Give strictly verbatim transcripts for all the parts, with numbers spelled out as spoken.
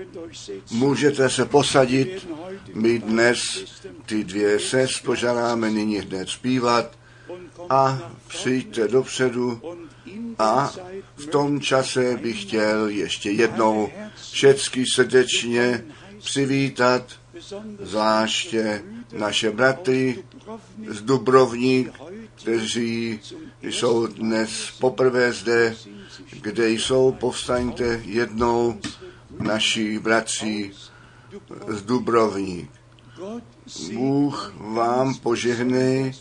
Můžete se posadit, my dnes ty dvě ses požádáme nyní hned zpívat a přijďte dopředu a v tom čase bych chtěl ještě jednou všecky srdečně přivítat zvláště naše bratry z Dubrovník, kteří jsou dnes poprvé zde, kde jsou, povstaňte jednou naši bratři z Dubrovník. Bůh vám požehnej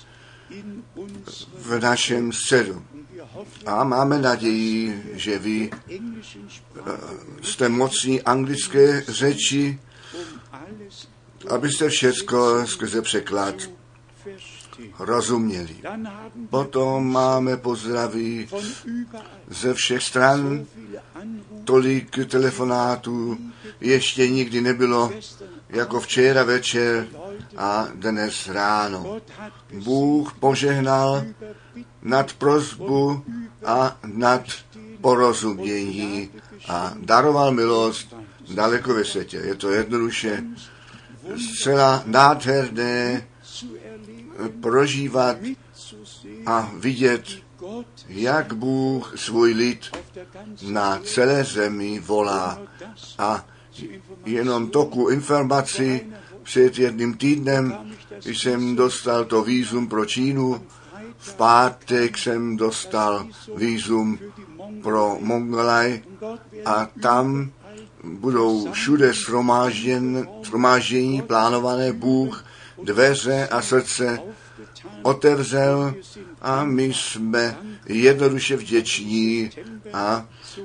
v našem středu. A máme naději, že vy jste mocní anglické řeči, abyste všecko skrze překlad rozuměli. Potom máme pozdraví ze všech stran, tolik telefonátů ještě nikdy nebylo jako včera večer a dnes ráno. Bůh požehnal nad prosbu a nad porozumění a daroval milost daleko ve světě. Je to jednoduše zcela nádherné prožívat a vidět, jak Bůh svůj lid na celé zemi volá. A jenom toku informací před jedním týdnem jsem dostal to vízum pro Čínu, v pátek jsem dostal vízum pro Mongolaj a tam budou všude shromáždění plánované. Bůh dveře a srdce otevřel a my jsme jednoduše vděční a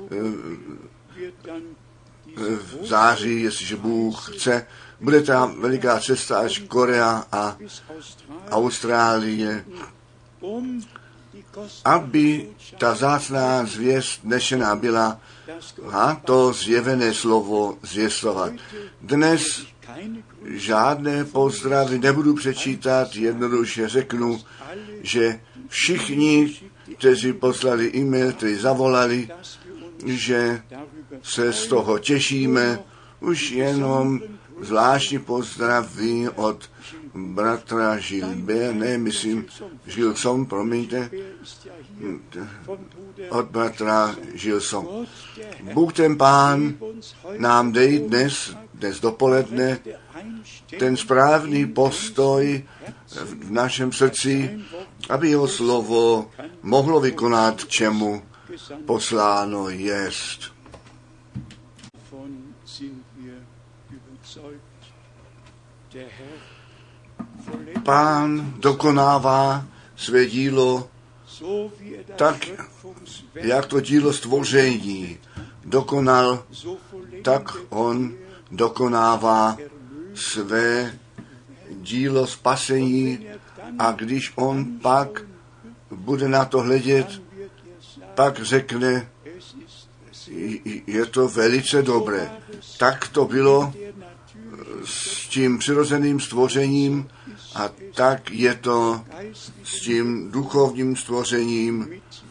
v září, jestliže Bůh chce, bude tam veliká cesta až Korea a Austrálie, aby ta vzácná zvěst nešená byla a to zjevené slovo zvěstovat. Dnes žádné pozdravy nebudu přečítat, jednoduše řeknu, že všichni, kteří poslali e-mail, kteří zavolali, že se z toho těšíme, už jenom zvláštní pozdraví od bratra Gilbert, ne, myslím, Gilson, promiňte, od bratra Gilson. Bůh ten Pán nám dej dnes, dnes dopoledne, ten správný postoj v našem srdci, aby jeho slovo mohlo vykonat, k čemu posláno jest. Pán dokonává své dílo tak, jak to dílo stvoření dokonal, tak on dokonává své dílo spasení a když on pak bude na to hledět, pak řekne, je to velice dobré. Tak to bylo s tím přirozeným stvořením a tak je to s tím duchovním stvořením,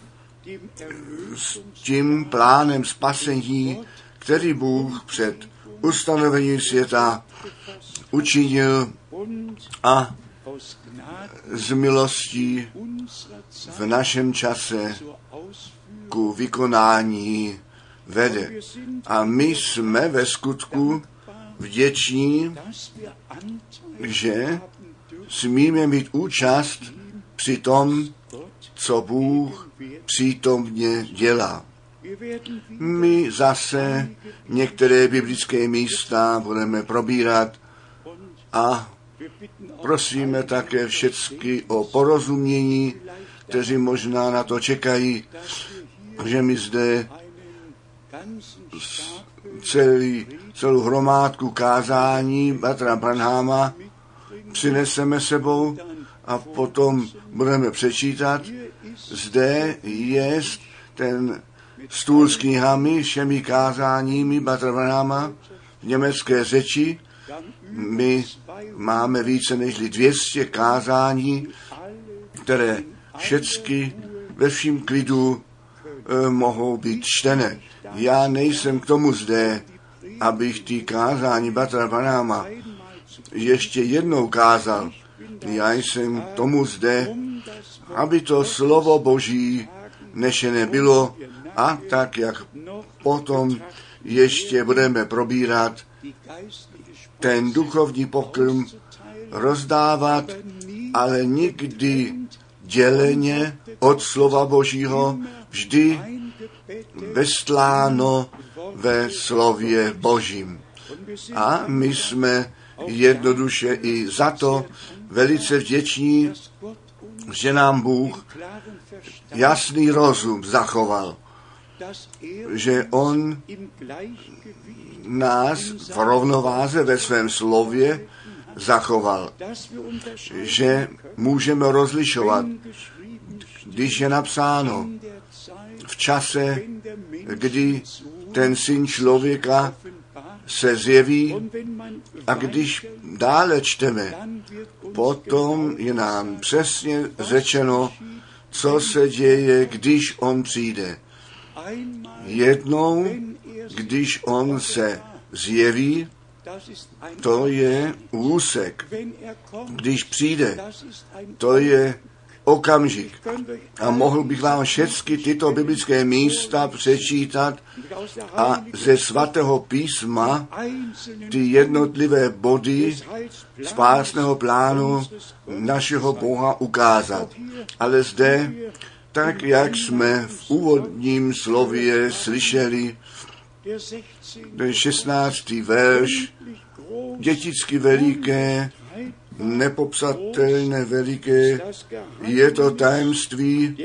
s tím plánem spasení, který Bůh před ustanovením světa učinil a z milostí v našem čase ku vykonání vede. A my jsme ve skutku vděční, že smíme mít účast při tom, co Bůh přítomně dělá. My zase některé biblické místa budeme probírat a prosíme také všechny o porozumění, kteří možná na to čekají, že my zde celý, celou hromádku kázání bratra Branhama přineseme sebou a potom budeme přečítat. Zde je ten stůl s knihami, všemi kázáními bratra Branhama v německé řeči. My máme více než dvě stě kázání, které všechny ve vším klidu e, mohou být čtené. Já nejsem k tomu zde, abych ty kázání Bratra Branhama ještě jednou kázal. Já jsem tomu zde, aby to slovo Boží nešené bylo a tak, jak potom ještě budeme probírat ten duchovní pokrm, rozdávat, ale nikdy děleně od slova Božího, vždy vestláno ve slově Božím. A my jsme jednoduše i za to velice vděční, že nám Bůh jasný rozum zachoval, že On nás v rovnováze ve svém slově zachoval, že můžeme rozlišovat, když je napsáno v čase, kdy ten syn člověka se zjeví a když dále čteme, potom je nám přesně řečeno, co se děje, když on přijde. Jednou, když on se zjeví, to je úsek. Když přijde, to je okamžik. A mohl bych vám všechny tyto biblické místa přečítat a ze svatého písma ty jednotlivé body spásného plánu našeho Boha ukázat. Ale zde, tak jak jsme v úvodním slově slyšeli, ten šestnáctý verš, děticky veliké, nepopsatelné veliké, je to tajemství.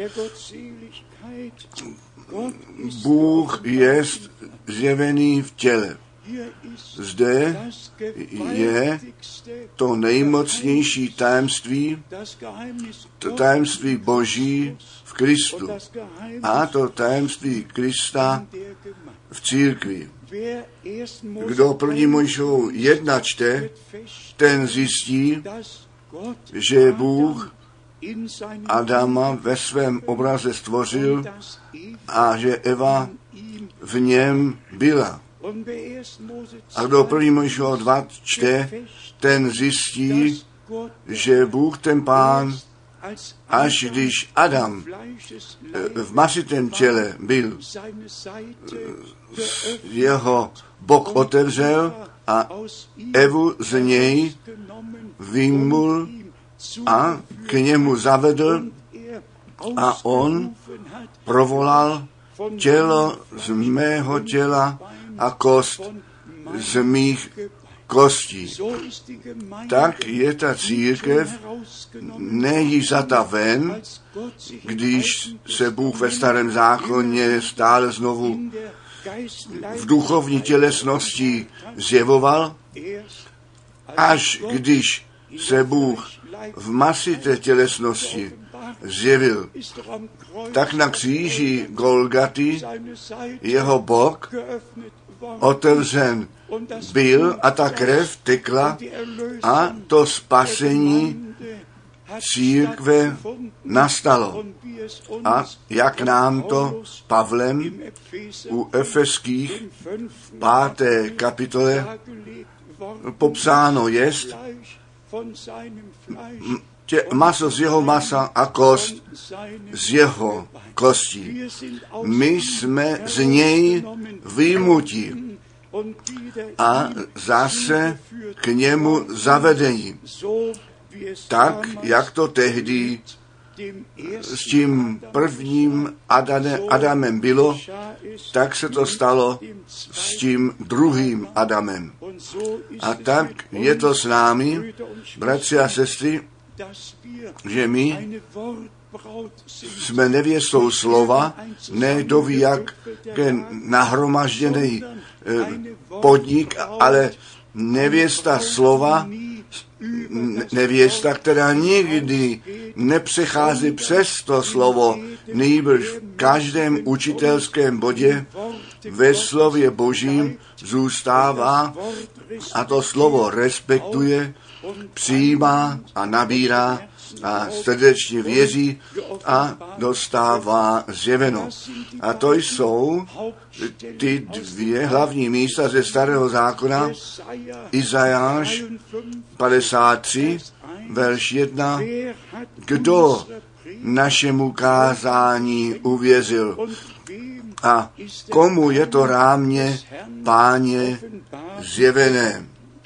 Bůh je zjevený v těle. Zde je to nejmocnější tajemství, to tajemství Boží v Kristu a to tajemství Krista v církvi. Kdo první Mojžíšovu jedna čte, ten zjistí, že Bůh Adama ve svém obraze stvořil a že Eva v něm byla. A kdo první Mojžíšovu dva čte, ten zjistí, že Bůh ten Pán, až když Adam v masitém těle byl, jeho bok otevřel a Evu z něj vyjmul a k němu zavedl a on provolal tělo z mého těla a kost z mých kostí. Tak je ta církev nejízata ven, když se Bůh ve starém zákoně stále znovu v duchovní tělesnosti zjevoval, až když se Bůh v masité tělesnosti zjevil, tak na kříži Golgaty jeho bok otevřen byl a ta krev tekla a to spasení církve nastalo. A jak nám to Pavlem u Efeských páté kapitole popsáno jest, tě, maso z jeho masa a kost z jeho kostí. My jsme z něj vyjmuti a zase k němu zavedení. Tak, jak to tehdy s tím prvním Adane, Adamem bylo, tak se to stalo s tím druhým Adamem. A tak je to s námi, bratři a sestry, že my jsme nevěstou slova, ne doví jak nahromažděný podnik, ale nevěsta slova, nevěsta, která nikdy nepřechází přes to slovo, nýbrž v každém učitelském bodě ve slově Božím zůstává a to slovo respektuje, přijímá a nabírá a srdečně věří a dostává zjeveno. A to jsou ty dvě hlavní místa ze Starého zákona. Izajáš padesát tři, verš jedna. Kdo našemu kázání uvěřil a komu je to rámě Páně zjevené?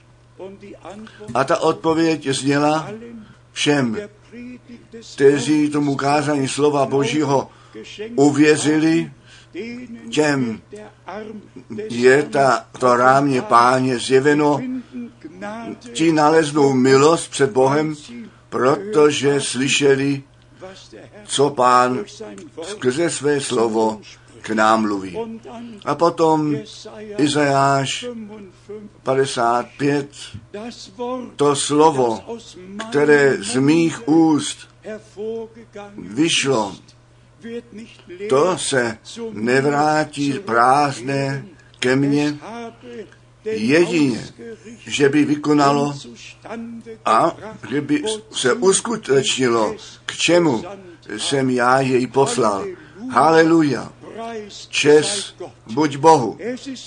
A ta odpověď zněla všem, kteří tomu kázání slova Božího uvěřili, těm je ta, to rámě Páně zjeveno, ti naleznou milost před Bohem, protože slyšeli, co Pán skrze své slovo k nám mluví. A potom Izajáš padesát pět, to slovo, které z mých úst vyšlo, to se nevrátí prázdné ke mně, jedině, že by vykonalo a že by se uskutečnilo, k čemu jsem já jej poslal. Haleluja. Čest buď Bohu.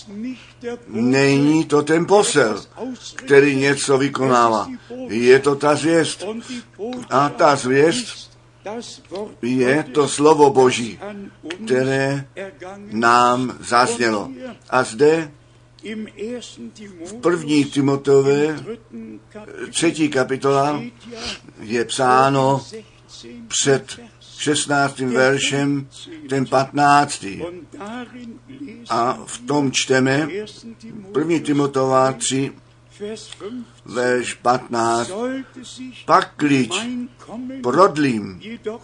Není to ten posel, který něco vykonává. Je to ta zvěst. A ta zvěst je to slovo Boží, které nám zaznělo. A zde v první Timoteové třetí kapitola je psáno před šestnáctým veršem ten patnáctý. A v tom čteme první Timotova tři, verš patnáct. Pakliť prodlím,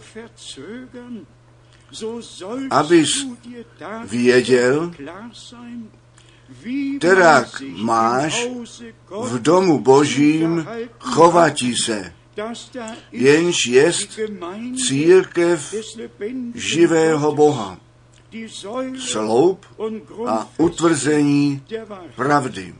abys věděl, terak máš v domu Božím chovatí se, jenž jest církev živého Boha, sloup a utvrzení pravdy.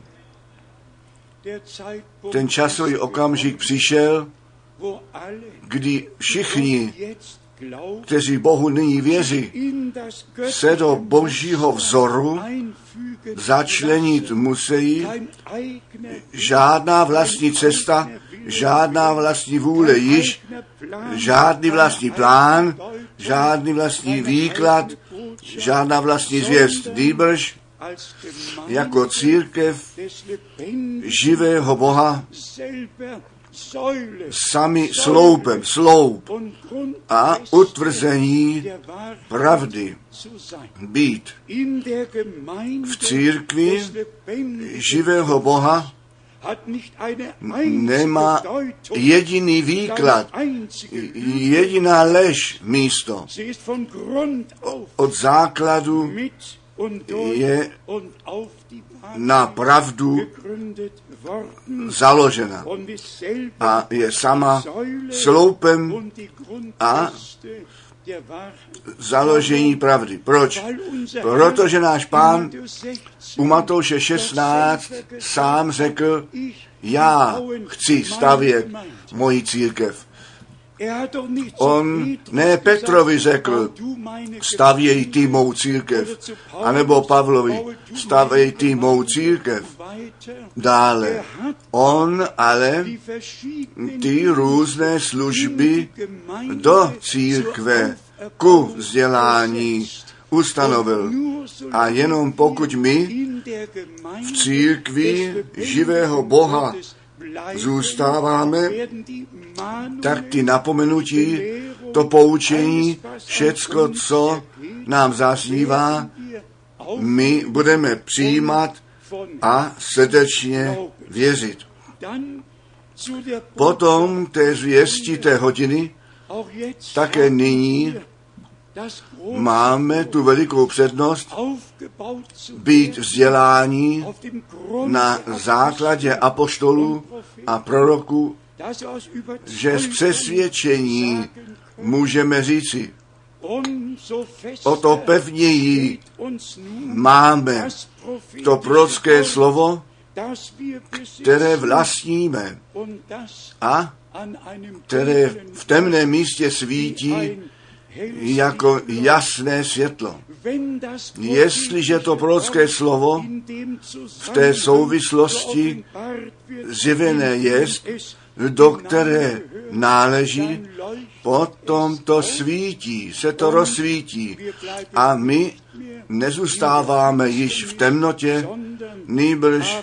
Ten časový okamžik přišel, kdy všichni, kteří Bohu nyní věří, se do Božího vzoru začlenit musí. Žádná vlastní cesta, žádná vlastní vůle již, žádný vlastní plán, žádný vlastní výklad, žádná vlastní zvěst. Nýbrž jako církev živého Boha sami sloupem, sloup a utvrzení pravdy být. V církvi živého Boha nemá jediný výklad, jediná lež místo. Od základu je na pravdu založena a je sama sloupem a založení pravdy. Proč? Protože náš Pán u Matouše šestnáct sám řekl, já chci stavět moji církev. On ne Petrovi řekl, stavěj ty mou církev, anebo Pavlovi, stavěj ty mou církev. Dále. On ale ty různé služby do církve ku vzdělání ustanovil. A jenom pokud my v církvi živého Boha zůstáváme, tak ty napomenutí, to poučení, všecko, co nám zaznívá, my budeme přijímat a srdečně věřit. Potom té zvěsti té hodiny, také nyní máme tu velikou přednost být vzdělání na základě apoštolů a proroků, že z přesvědčení můžeme říci, o to pevněji máme to prorocké slovo, které vlastníme a které v temném místě svítí jako jasné světlo. Jestliže to prorocké slovo v té souvislosti zjevené jest, do které náleží, potom to svítí, se to rozsvítí a my nezůstáváme již v temnotě, nýbrž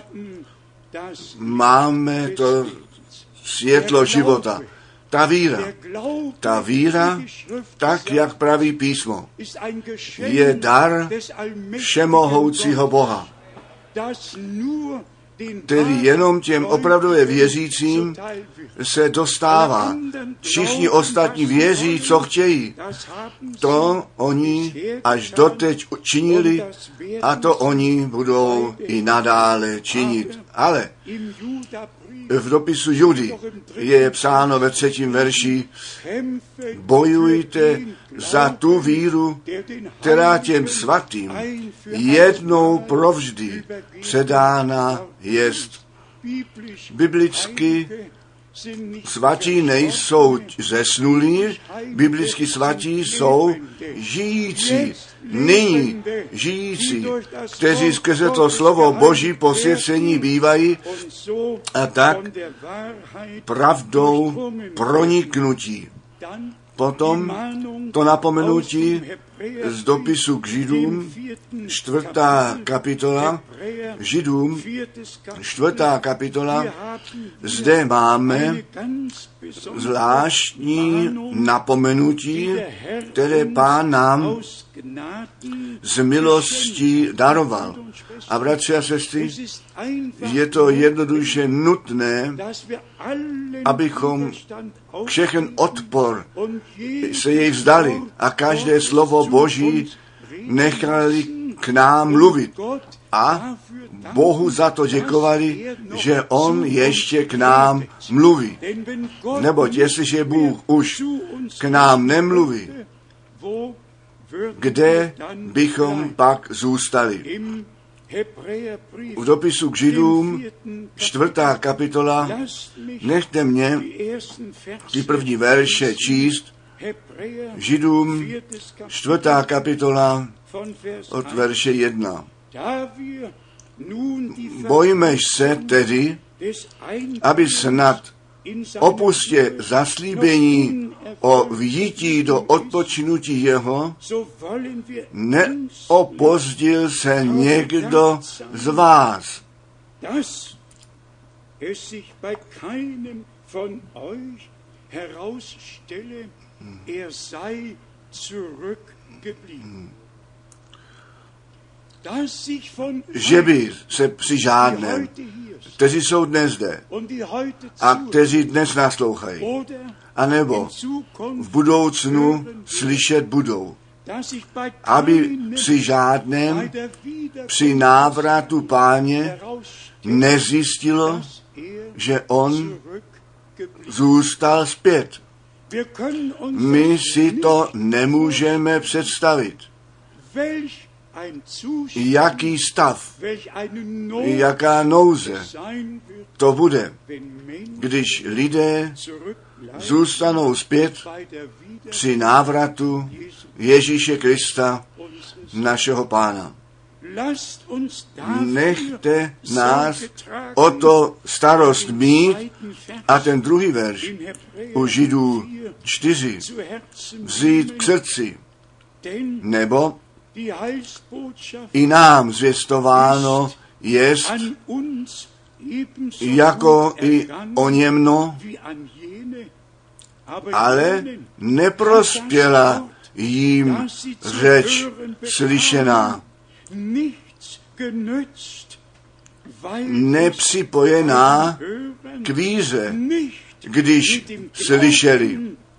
máme to světlo života. Ta víra, ta víra, tak jak praví písmo, je dar všemohoucího Boha, který jenom těm opravdově věřícím se dostává. Všichni ostatní věří, co chtějí. To oni až doteď činili a to oni budou i nadále činit. Ale v dopisu Judy je psáno ve třetím verši: bojujte za tu víru, která těm svatým jednou provždy předána jest. Biblicky svatí nejsou zesnulí, biblicky svatí jsou žijící, nyní žijící, kteří skrze to slovo Boží posvěcení bývají a tak pravdou proniknutí. Potom to napomenutí z dopisu k Židům, čtvrtá kapitola, Židům, čtvrtá kapitola, zde máme zvláštní napomenutí, které Pán nám z milostí daroval. A bratři a sestry, je to jednoduše nutné, abychom všechen odpor se jej vzdali a každé slovo Boží nechali k nám mluvit. A Bohu za to děkovali, že On ještě k nám mluví. Neboť jestliže Bůh už k nám nemluví, kde bychom pak zůstali? V dopisu k Židům, čtvrtá kapitola, nechte mě ty první verše číst. Židům, čtvrtá kapitola, od verše jedna. Bojmež se tedy, aby snad opustě zaslíbení o vjití do odpočinutí jeho, neopozdil se někdo z vás. Že by se při žádném, kteří jsou dnes zde a kteří dnes naslouchají, anebo v budoucnu slyšet budou, aby při žádném, při návratu Páně nezjistilo, že on zůstal zpět. My si to nemůžeme představit. Jaký stav, jaká nouze to bude, když lidé zůstanou zpět při návratu Ježíše Krista, našeho Pána. Nechte nás o to starost mít a ten druhý verš u Židů čtyři vzít k srdci, nebo i nám zvěstováno jest, jako i o němno, ale neprospěla jim řeč slyšená, nepřipojená k víře, když slyšeli.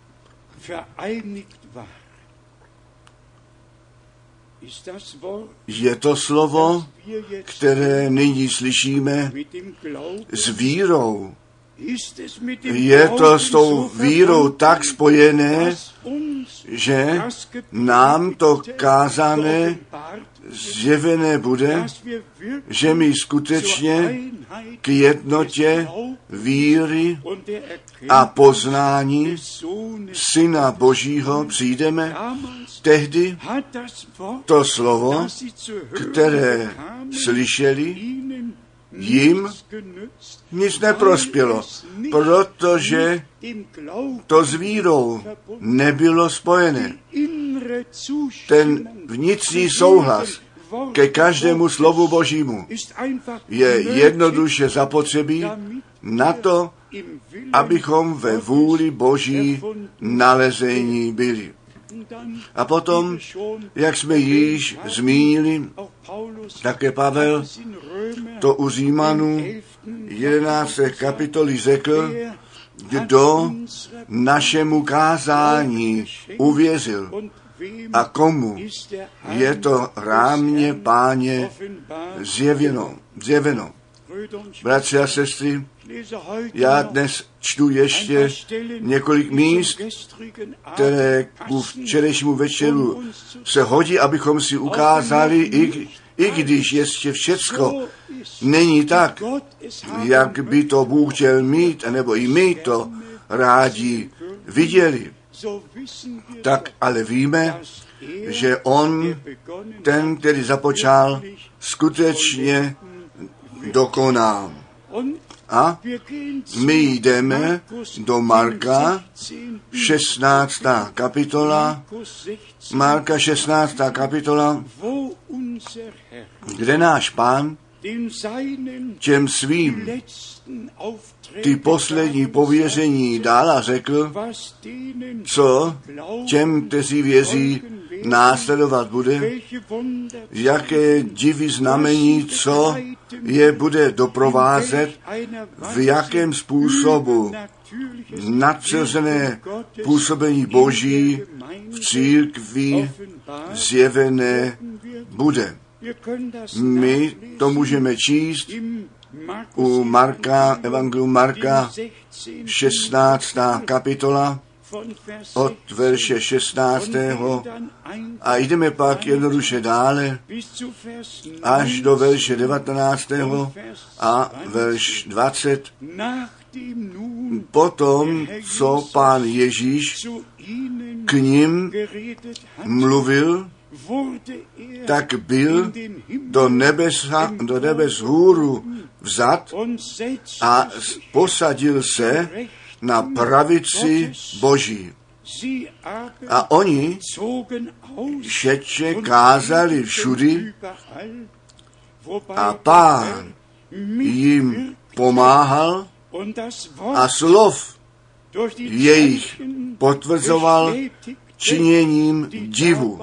Je to slovo, které nyní slyšíme s vírou. Je to s tou vírou tak spojené, že nám to kázané zjevené bude, že my skutečně k jednotě víry a poznání Syna Božího přijdeme. Tehdy to slovo, které slyšeli, jim nic neprospělo, protože to s vírou nebylo spojené. Ten vnitřní souhlas ke každému slovu Božímu je jednoduše zapotřebí na to, abychom ve vůli Boží nalezení byli. A potom, jak jsme již zmínili, také Pavel to u Římanů jedenácté kapitoly řekl, kdo našemu kázání uvěřil a komu je to rámě Páně zjeveno. zjeveno. Bratři a sestry, já dnes čtu ještě několik míst, které ku včerejšímu večeru se hodí, abychom si ukázali, i, i když ještě všecko není tak, jak by to Bůh chtěl mít, nebo i my to rádi viděli, tak ale víme, že on, ten, který započal, skutečně dokoná. A my jdeme do Marka, šestnáctá kapitola, Marka šestnáctá kapitola, kde náš Pán těm svým ty poslední pověření dal a řekl, co těm, kteří věří, následovat bude, jaké divy znamení, co je bude doprovázet, v jakém způsobu nadpřirozené působení Boží v církvi zjevené bude. My to můžeme číst u Marka, Evangelium Marka, šestnáctá kapitola, od verše šestnáctého a jdeme pak jednoduše dále až do verše devatenáctého a verš dvacet. Potom, co Pán Ježíš k nim mluvil, tak byl do nebesa, do nebes hůru vzat a posadil se na pravici Boží. A oni šetře kázali všudy a Pán jim pomáhal a slov jejich potvrzoval činěním divu.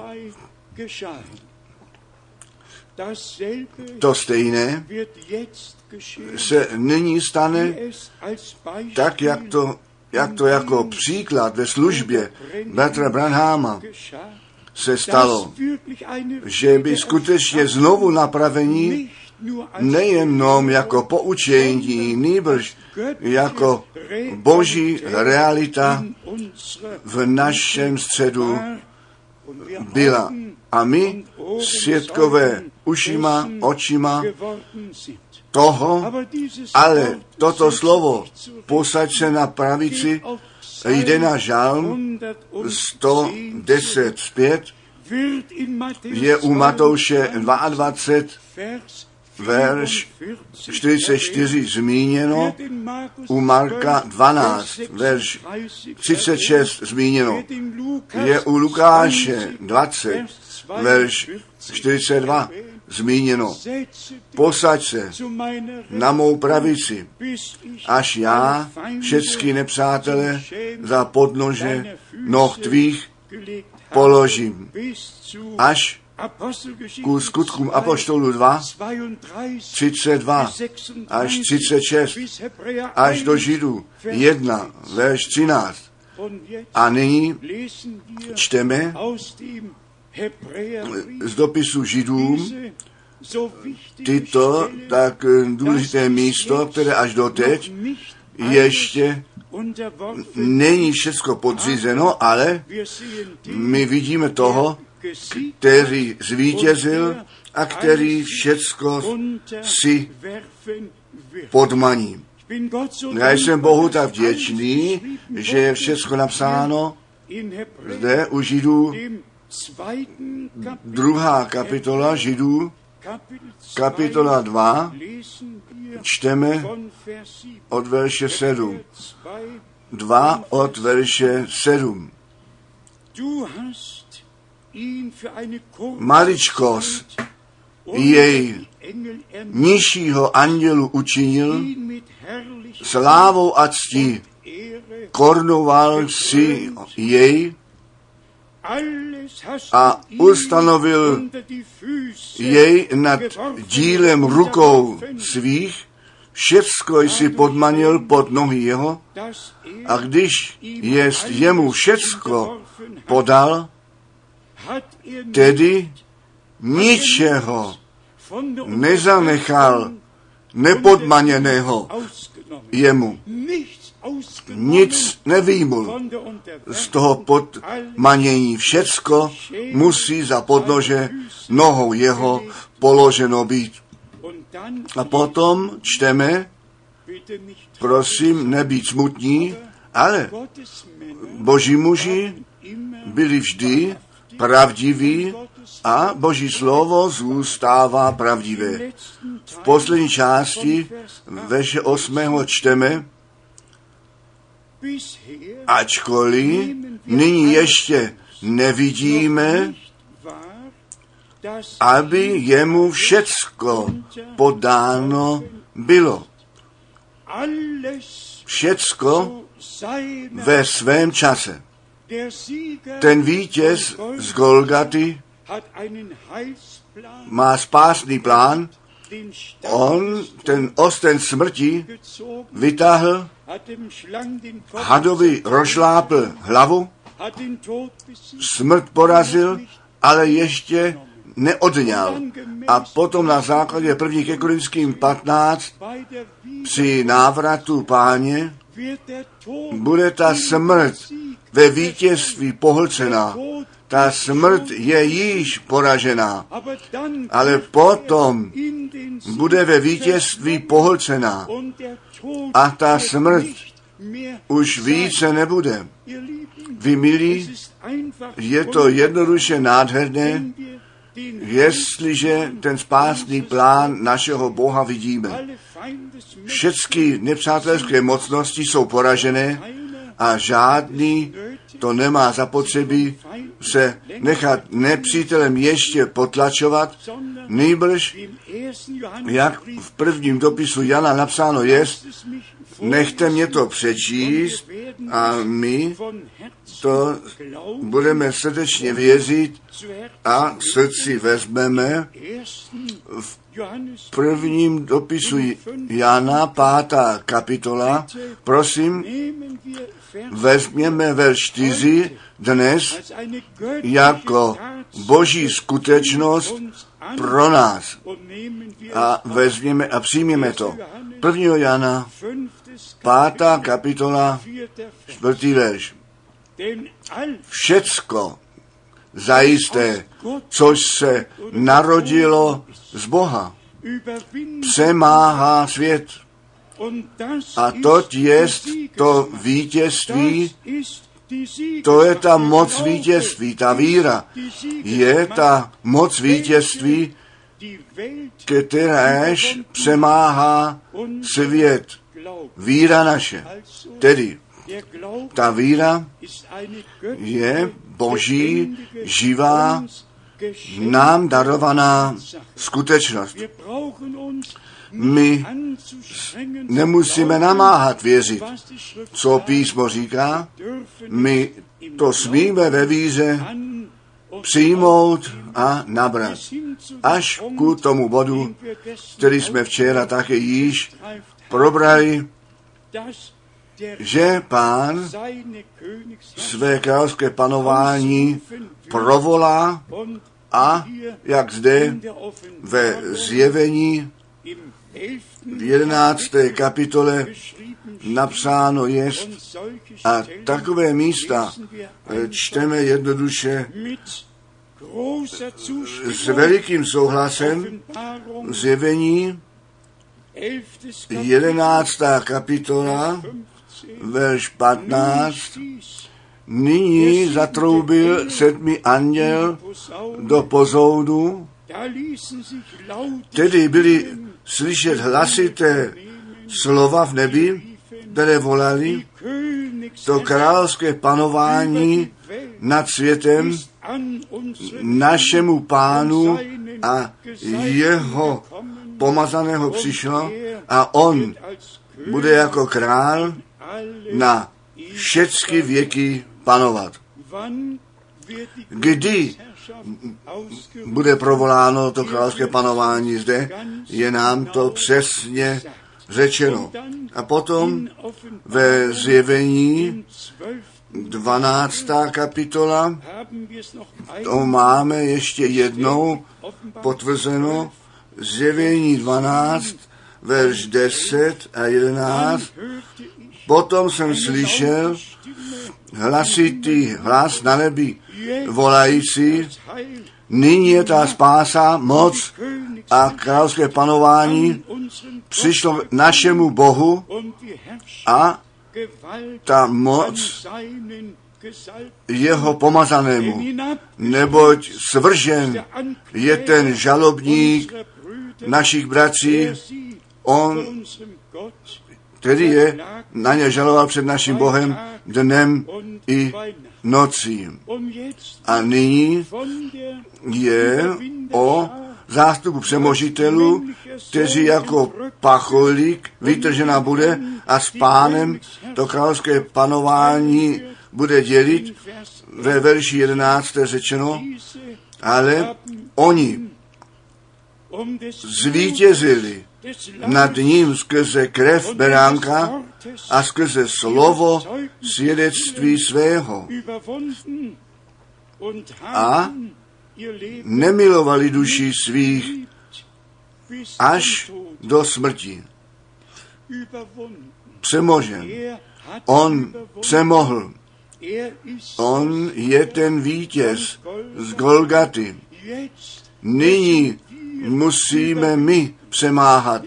To stejné se nyní stane, tak jak to, jak to jako příklad ve službě bratra Branhama se stalo, že by skutečně znovu napravení nejenom jako poučení, nýbrž jako Boží realita v našem středu byla. A my, svědkové ušima, očima toho, ale toto slovo posaď se na pravici jde na žalm sto deset zpět, je u Matouše dvacet dva, verš čtyřicet čtyři zmíněno, u Marka dvanáct, verš třicet šest zmíněno, je u Lukáše dvacet, verš čtyřicet dva zmíněno. Posaď se na mou pravici, až já všechny nepřátele za podnože noh tvých položím. Až ku skutkům apoštolů dva, třicet dva až třicet šest, až do Židů jedna, verš třináct. A nyní čteme z dopisu Židům tyto tak důležité místo, které až doteď ještě není všechno podřízeno, ale my vidíme toho, který zvítězil a který všecko si podmaní. Já jsem Bohu tak vděčný, že je všecko napsáno zde u Židů, druhá kapitola Židů, kapitola dva, čteme od verše sedm. Dva od verše sedm. Maličkost jej nižšího andělu učinil, slávou a ctí korunoval si jej a ustanovil jej nad dílem rukou svých, všecko jsi podmanil pod nohy jeho, a když jest jemu všecko podal, tedy ničeho nezanechal nepodmaněného jemu. Nic nevýmul z toho podmanění. Všecko musí za podnože nohou jeho položeno být. A potom čteme, prosím, nebýt smutní, ale boží muži byli vždy pravdiví a Boží slovo zůstává pravdivé. V poslední části verše osmého čteme, ačkoliv nyní ještě nevidíme, aby jemu všecko podáno bylo. Všecko ve svém čase. Ten vítěz z Golgaty má spásný plán. On ten osten smrti vytáhl, hadovi rozšlápl hlavu, smrt porazil, ale ještě neodňal. A potom na základě první ke Korinským patnáct při návratu Páně bude ta smrt ve vítězství pohlcená. Ta smrt je již poražená, ale potom bude ve vítězství pohlcená a ta smrt už více nebude. Vy milí, je to jednoduše nádherné, jestliže ten spásný plán našeho Boha vidíme. Všechny nepřátelské mocnosti jsou poražené a žádný to nemá zapotřebí se nechat nepřítelem ještě potlačovat, nýbrž, jak v prvním dopisu Jana napsáno jest, nechte mě to přečíst a my to budeme srdečně věřit a srdci vezmeme v prvním dopisu Jana, pátá kapitola. Prosím, vezměme verš čtyři dnes jako boží skutečnost pro nás a vezměme a přijměme to. Prvního Jana, pátá kapitola, čtvrtý verš. Všecko zajisté, což se narodilo z Boha, přemáhá svět. A to jest to vítězství, to je ta moc vítězství, ta víra je ta moc vítězství, kteráž přemáhá svět. Víra naše. Tedy ta víra je boží, živá, nám darovaná skutečnost. My nemusíme namáhat věřit, co písmo říká. My to smíme ve víře přijmout a nabrat. Až ku tomu bodu, který jsme včera také již probrali, že Pán své královské panování provolá a jak zde ve zjevení v jedenácté kapitole napsáno jest. A takové místa čteme jednoduše s velikým souhlasem. Zjevení jedenáctá kapitola, verš patnáct. Nyní zatroubil sedmý anděl do pozoudu, tedy byly slyšet hlasité slova v nebi, které volali, to královské panování nad světem našemu pánu a jeho pomazaného přišlo a on bude jako král na všechny věky panovat. Kdy bude provoláno to královské panování zde, je nám to přesně řečeno. A potom ve Zjevení dvanáctá kapitola, to máme ještě jednou potvrzeno, Zjevení dvanáct, verš deset a jedenáct. Potom jsem slyšel hlasitý hlas na nebi volající, nyní je ta spása, moc a královské panování přišlo našemu Bohu a ta moc jeho pomazanému, neboť svržen je ten žalobník našich bratří, on který je na ně žaloval před naším Bohem dnem i nocí. A nyní je o zástupu přemožitelů, kteří jako pacholík vytržena bude a s pánem to královské panování bude dělit. Ve verši jedenácté řečeno, ale oni zvítězili nad ním skrze krev beránka a skrze slovo svědectví svého a nemilovali duši svých až do smrti. Přemožen. On přemohl. On je ten vítěz z Golgaty. Nyní musíme my přemáhat.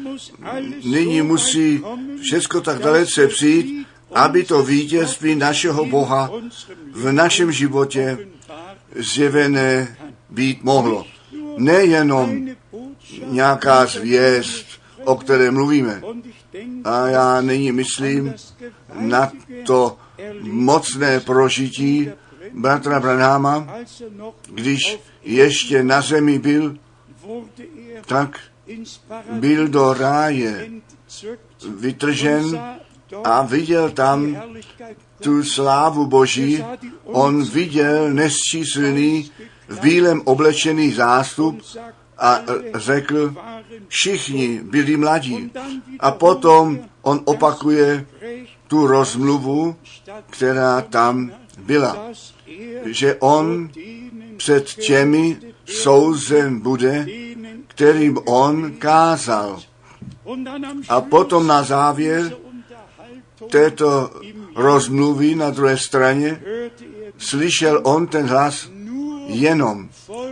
Nyní musí všechno tak dalece přijít, aby to vítězství našeho Boha v našem životě zjevené být mohlo. Nejenom nějaká zvěst, o které mluvíme. A já nyní myslím na to mocné prožití bratra Branhama, když ještě na zemi byl, tak byl do ráje vytržen a viděl tam tu slávu Boží. On viděl nesčíslný v bílém oblečený zástup a řekl, všichni byli mladí. A potom on opakuje tu rozmluvu, která tam byla, že on před těmi souzem bude, kterým on kázal. A potom na závěr této rozmluvy na druhé straně slyšel on ten hlas, jenom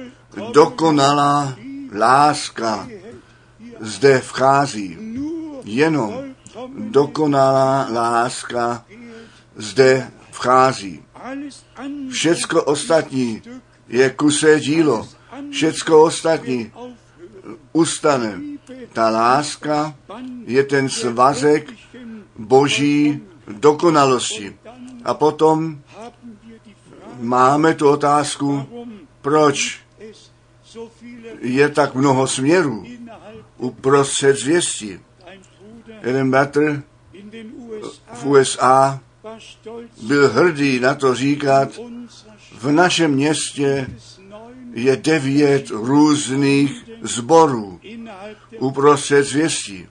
dokonalá láska zde vchází. Jenom dokonalá láska zde vchází. Všecko ostatní je kusé dílo. Všecko ostatní ustane. Ta láska je ten svazek Boží dokonalosti. A potom máme tu otázku, proč je tak mnoho směrů uprostřed zvěstí. Jeden bratr v U S A byl hrdý na to říkat, v našem městě je devět různých sborů uprostřed zvěstí.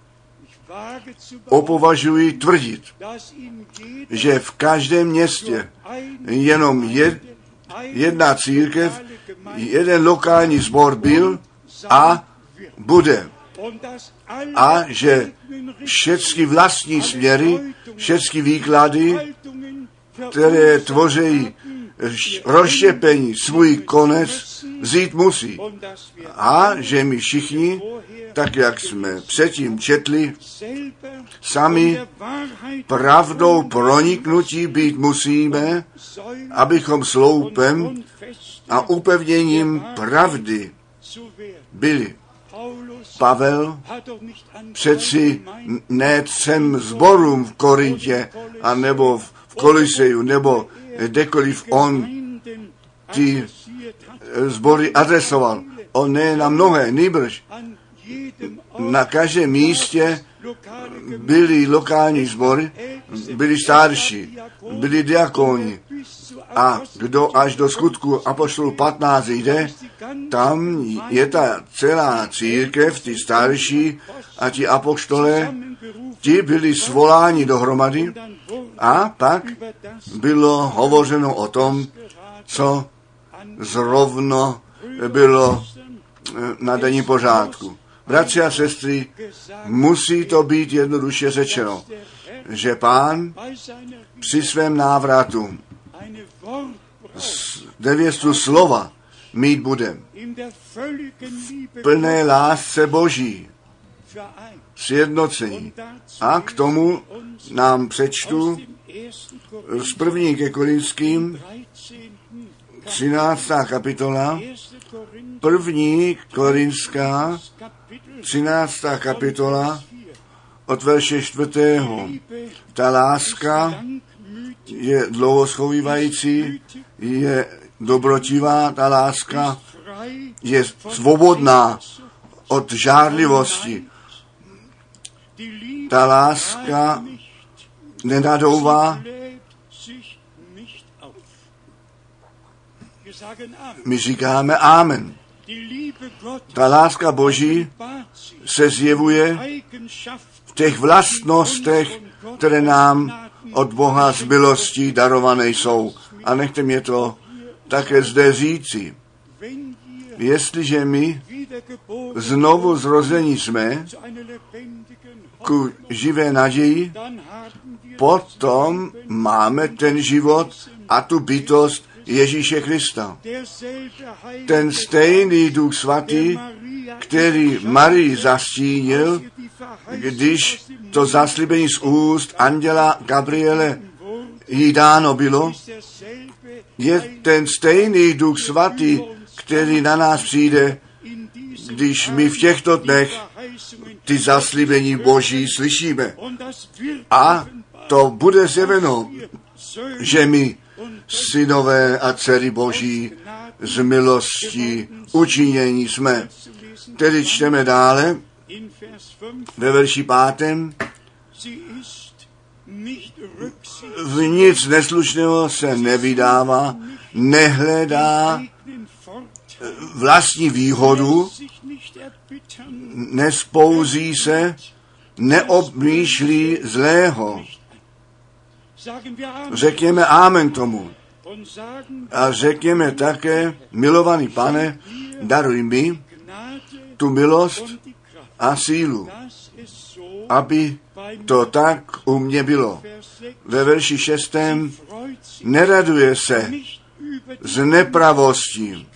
Opovažuji tvrdit, že v každém městě jenom jed, jedna církev, jeden lokální sbor byl a bude. a že všechny vlastní směry, všechny výklady, které tvoří rozštěpení, svůj konec vzít musí. A že my všichni, tak jak jsme předtím četli, sami pravdou proniknutí být musíme, abychom sloupem a upevněním pravdy byli. Pavel přeci ne třem sborům v Korintě, a nebo v Koliseju, nebo kdekoliv on ty sbory adresoval. On ne na mnohé, nýbrž na každém místě byly lokální sbory, byli starší, byli diakoni. A kdo až do skutku apoštolů patnáct jde, tam je ta celá církev, ty starší a ti apoštole, ti byli svoláni dohromady a pak bylo hovořeno o tom, co zrovna bylo na denní pořádku. Bratři a sestry, musí to být jednoduše řečeno, že Pán při svém návratu nevěstu slova mít bude. V plné lásce Boží sjednocení. A k tomu nám přečtu z první ke Korinským třináctá kapitola, první Korinská třináctá kapitola od verše čtvrtého. Ta láska je dlouho schovývající, je dobrotivá, ta láska je svobodná od žárlivosti. Ta láska nenadouvá. My říkáme amen. Ta láska Boží se zjevuje v těch vlastnostech, které nám od Boha z milostí darované jsou. A nechte mě to také zde říci. Jestliže my znovu zrození jsme ku živé naději, potom máme ten život a tu bytost Ježíše Krista. Ten stejný Duch Svatý, který Marii zastínil, když to zaslíbení z úst anděla Gabriele jí dáno bylo, je ten stejný Duch Svatý, který na nás přijde, když my v těchto dnech ty zaslíbení Boží slyšíme. A to bude zjeveno, že my synové a dcery Boží z milosti učinění jsme. Tedy čteme dále ve verši pátém. V nic neslušného se nevydává, nehledá vlastní výhodu, nespouzí se, neobmýšlí zlého. Řekněme amen tomu. A řekněme také, milovaný Pane, daruj mi tu milost a sílu, aby to tak u mě bylo. Ve verši šestém neraduje se z nepravostí,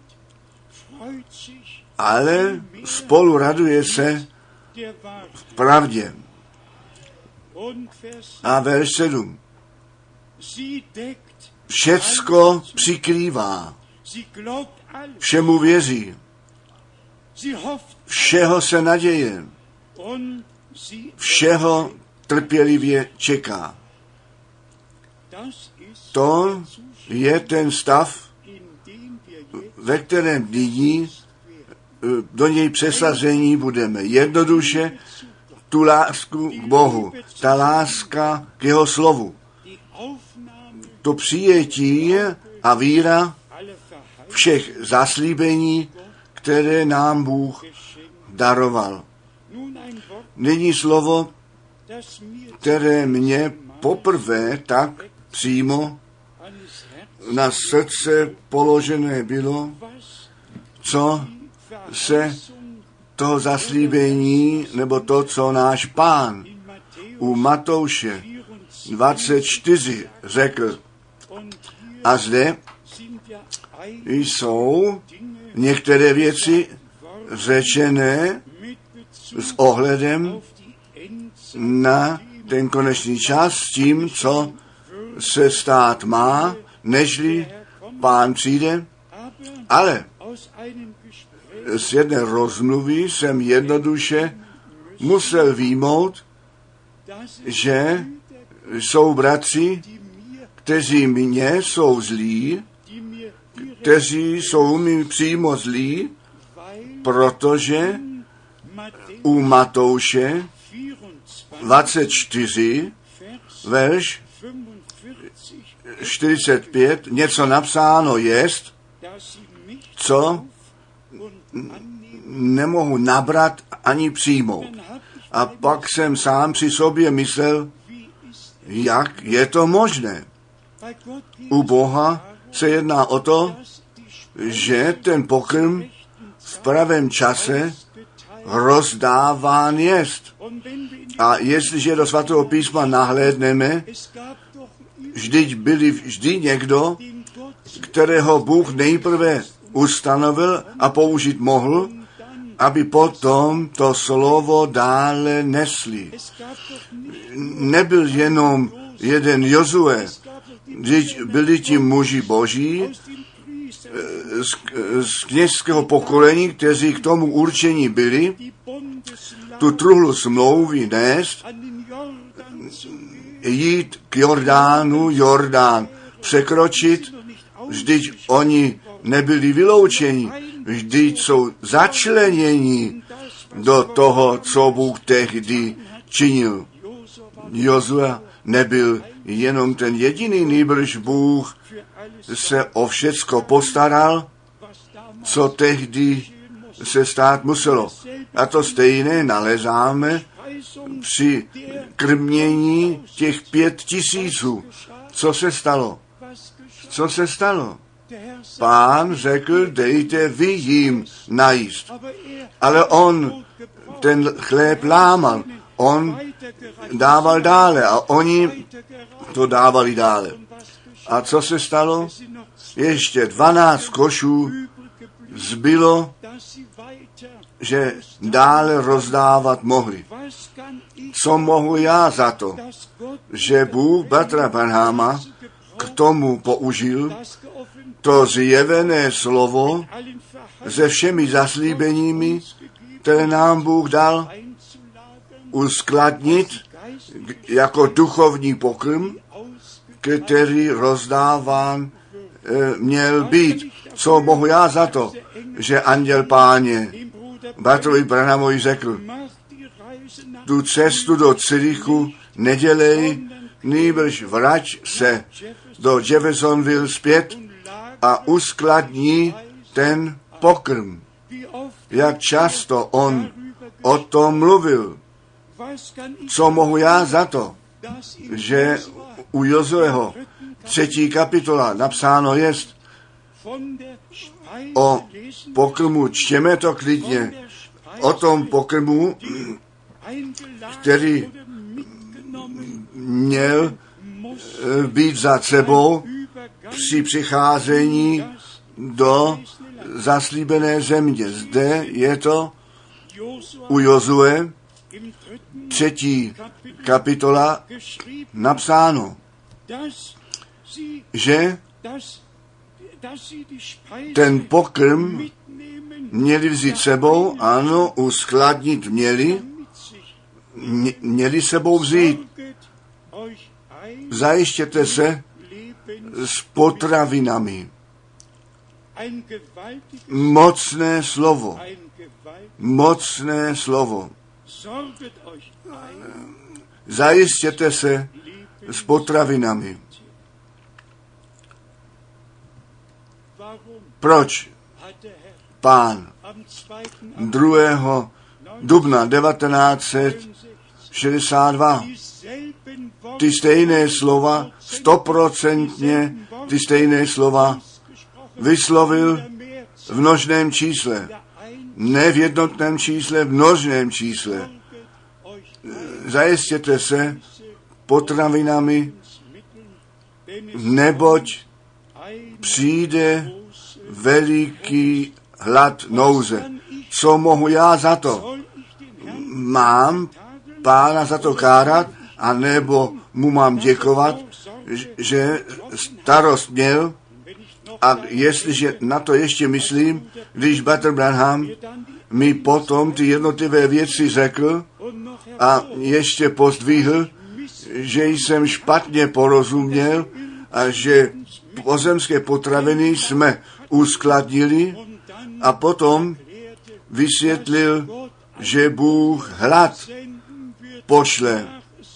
ale spolu raduje se v pravdě. A verš sedm. Všecko přikrývá, všemu věří, všeho se naděje, všeho trpělivě čeká. To je ten stav, ve kterém nyní do něj přesazení budeme. Jednoduše tu lásku k Bohu, ta láska k jeho slovu, to přijetí a víra všech zaslíbení, které nám Bůh daroval. Nyní slovo, které mě poprvé tak přímo na srdce položené bylo, co se toho zaslíbení, nebo to, co náš Pán u Matouše dvacet čtyři řekl. A zde jsou některé věci řečené s ohledem na ten konečný čas s tím, co se stát má, nežli Pán přijde. Ale z jedné rozmluvy jsem jednoduše musel výjmout, že jsou bratři, kteří mě jsou zlí, kteří jsou mi přímo zlí, protože u Matouše dvacet čtyři, verš čtyřicet pět, něco napsáno jest, co nemohu nabrat ani přijmout. A pak jsem sám při sobě myslel, jak je to možné. U Boha se jedná o to, že ten pokrm v pravém čase rozdáván jest. A jestliže do svatého písma nahlédneme, vždyť byli vždy někdo, kterého Bůh nejprve ustanovil a použít mohl, aby potom to slovo dále nesli. Nebyl jenom jeden Jozue, vždyť byli ti muži boží z, z kněžského pokolení, kteří k tomu určení byli, tu truhlu smlouvy nést, jít k Jordánu, Jordán překročit, vždyť oni nebyli vyloučeni, vždyť jsou začleněni do toho, co Bůh tehdy činil. Jozua nebyl jenom ten jediný, nýbrž Bůh se o všecko postaral, co tehdy se stát muselo. A to stejné nalezáme při krmění těch pět tisíců. Co se stalo? Co se stalo? Pán řekl, dejte vy jim najíst. Ale on ten chléb lámal, on dával dále a oni to dávali dále. A co se stalo? Ještě dvanáct košů zbylo, že dále rozdávat mohli. Co mohu já za to, že Bůh bratra Branhama k tomu použil to zjevené slovo se všemi zaslíbeními, které nám Bůh dal, uskladnit jako duchovní pokrm, který rozdáván e, měl být. Co mohu já za to, že anděl Páně bratrovi Branhamovi řekl, tu cestu do Cirichu nedělej, nýbrž vrať se do Jeffersonville zpět a uskladní ten pokrm. Jak často on o tom mluvil. Co mohu já za to, že u Jozueho třetí kapitola napsáno jest o pokrmu, čtěme to klidně, o tom pokrmu, který měl být za sebou při přicházení do zaslíbené země. Zde je to u Jozue třetí kapitola napsáno, že ten pokrm měli vzít sebou, ano, uskladnit měli, měli sebou vzít. Zajištěte se s potravinami. Mocné slovo. Mocné slovo. Zajistěte se s potravinami. Proč Pán druhého dubna devatenáct set šedesát dva ty stejné slova, stoprocentně ty stejné slova vyslovil v množném čísle. ne v jednotném čísle, v množném čísle. Zajistěte se potravinami, neboť přijde veliký hlad, nouze. Co mohu já za to? Mám Pána za to kárat, anebo mu mám děkovat, že starost měl? A jestliže na to ještě myslím, když Brother Branham mi potom ty jednotlivé věci řekl a ještě pozdvihl, že jsem špatně porozuměl a že pozemské potraviny jsme uskladnili, a potom vysvětlil, že Bůh hlad pošle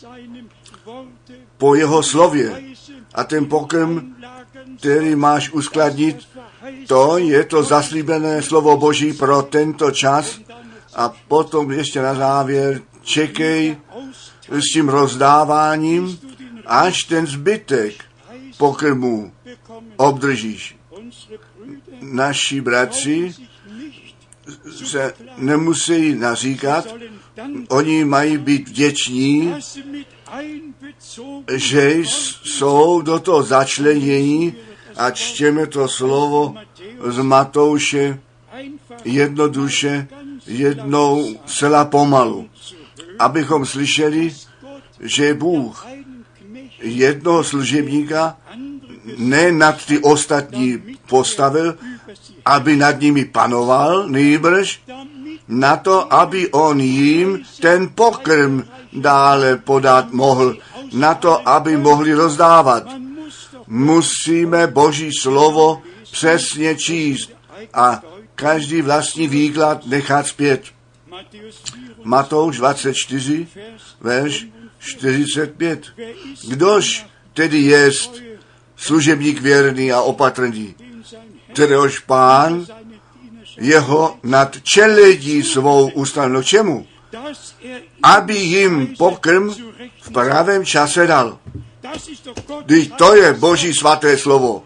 po jeho slově. A ten pokrm, který máš uskladnit, to je to zaslíbené slovo Boží pro tento čas. A potom ještě na závěr čekej s tím rozdáváním, až ten zbytek pokrmu obdržíš. Naši bratři se nemusí naříkat, oni mají být vděční, že jsou do toho začlenění, a čtěme to slovo z Matouše jednoduše, jednou zcela pomalu, abychom slyšeli, že Bůh jednoho služebníka ne nad ty ostatní postavil, aby nad nimi panoval, nýbrž na to, aby on jim ten pokrm dále podat mohl, na to, aby mohli rozdávat. Musíme Boží slovo přesně číst a každý vlastní výklad nechat zpět. Matouš dvacet čtyři, verš čtyřicet pět. Kdož tedy jest služebník věrný a opatrný, kteréhož Pán jeho nad čeledí svou ustavil čemu? Aby jim pokrm v pravém čase dal. Když to je Boží svaté slovo.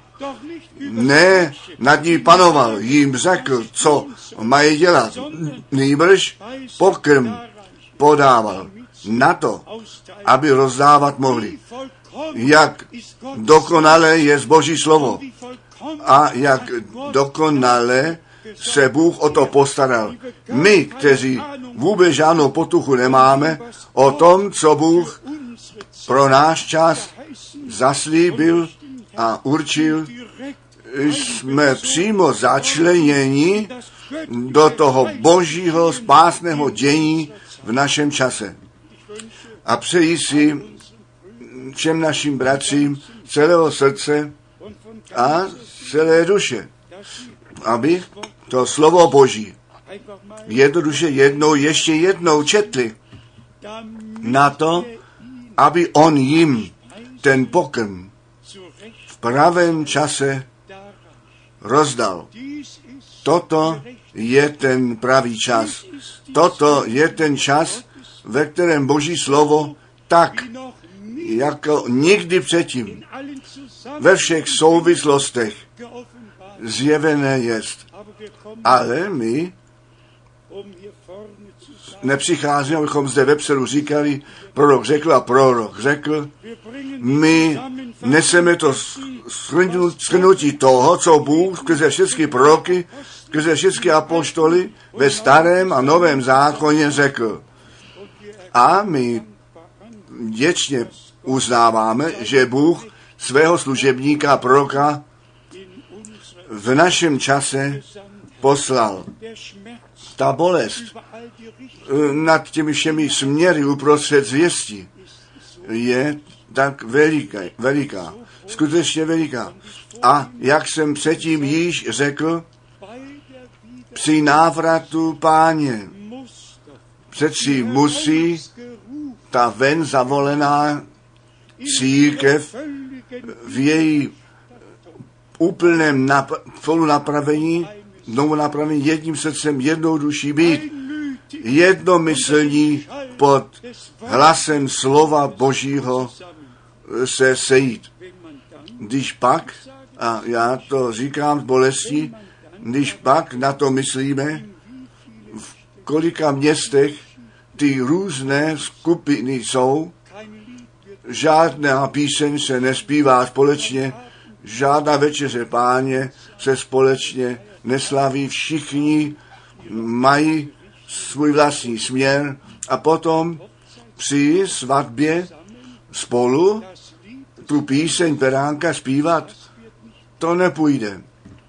Ne, nad ní panoval, jim řekl, co mají dělat. Nýbrž pokrm podával na to, aby rozdávat mohli. Jak dokonale je Boží slovo a jak dokonale se Bůh o to postaral. My, kteří vůbec žádnou potuchu nemáme o tom, co Bůh pro náš čas zaslíbil a určil, jsme přímo začleněni do toho Božího spásného dění v našem čase. A přeji si všem našim bratřím celého srdce a celé duše, aby to slovo Boží jednoduše jednou, ještě jednou četli na to, aby on jim ten pokrm v pravém čase rozdal. Toto je ten pravý čas. Toto je ten čas, ve kterém Boží slovo tak, jako nikdy předtím, ve všech souvislostech zjevené jest. Ale my nepřicházíme, abychom zde vepředu říkali, prorok řekl a prorok řekl. My neseme to shrnutí toho, co Bůh skrze všechny proroky, skrze všechny apoštoly ve starém a novém zákoně řekl. A my vděčně uznáváme, že Bůh svého služebníka proroka v našem čase poslal. Ta bolest nad těmi všemi směry uprostřed zvěstí je tak veliká, veliká, skutečně veliká. A jak jsem předtím již řekl, při návratu Páně přeci musí ta ven zavolená církev v její úplném napr- napravení, znovu napravení jedním srdcem, jednou duší být, jednomyslní pod hlasem slova Božího se sejít. Když pak, a já to říkám s bolestí, když pak na to myslíme, kolika městech ty různé skupiny jsou, žádná píseň se nespívá společně, žádná večeře Páně se společně neslaví, všichni mají svůj vlastní směr a potom při svatbě spolu tu píseň beránka zpívat, to nepůjde.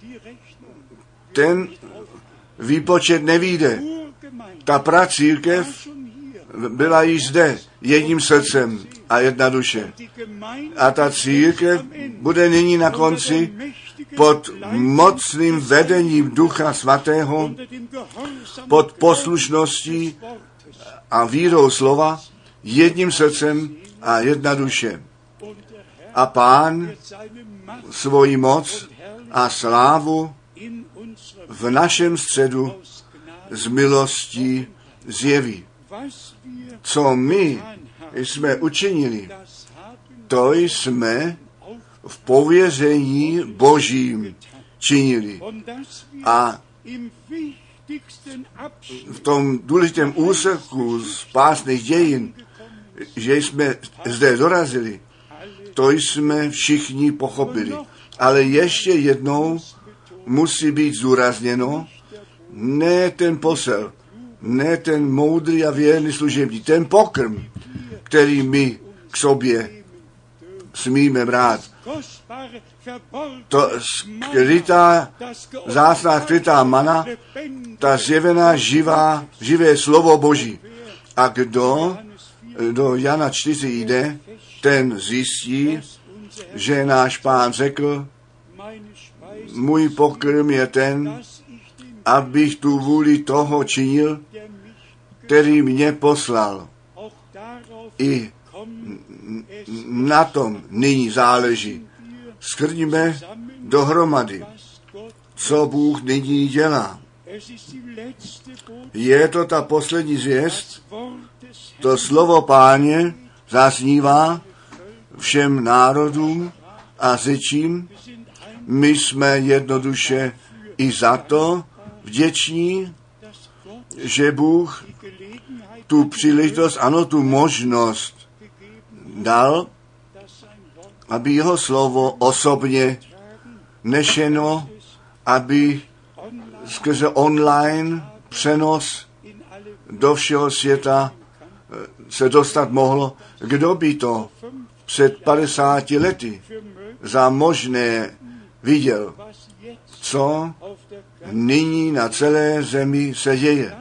Ten výpočet nevyjde. Ta pracírkev byla již zde jedním srdcem a jedna duše. A ta církev bude nyní na konci pod mocným vedením Ducha Svatého, pod poslušností a vírou slova, jedním srdcem a jedna duše. A Pán svoji moc a slávu v našem středu z milostí zjeví. Co my jsme učinili, to jsme v pověření Božím činili. A v tom důležitém úseku spásných dějin, že jsme zde dorazili, to jsme všichni pochopili. Ale ještě jednou musí být zdůrazněno, ne ten posel, ne ten moudrý a věrný služebník, ten pokrm, který my k sobě smíme brát. To skrytá, vzácná skrytá mana, ta zjevená živá, živé slovo Boží. A kdo do Jana čtyři jde, ten zjistí, že náš Pán řekl, můj pokrm je ten, abych tu vůli toho činil, který mě poslal. I na tom nyní záleží. Skrníme dohromady, co Bůh nyní dělá. Je to ta poslední zvěst, to slovo Páně zaznívá všem národům a řečím, my jsme jednoduše i za to vděční, že Bůh tu příležitost, ano, tu možnost dal, aby jeho slovo osobně nešeno, aby skrze online přenos do všeho světa se dostat mohlo. Kdo by to před padesáti lety za možné viděl, co nyní na celé zemi se děje?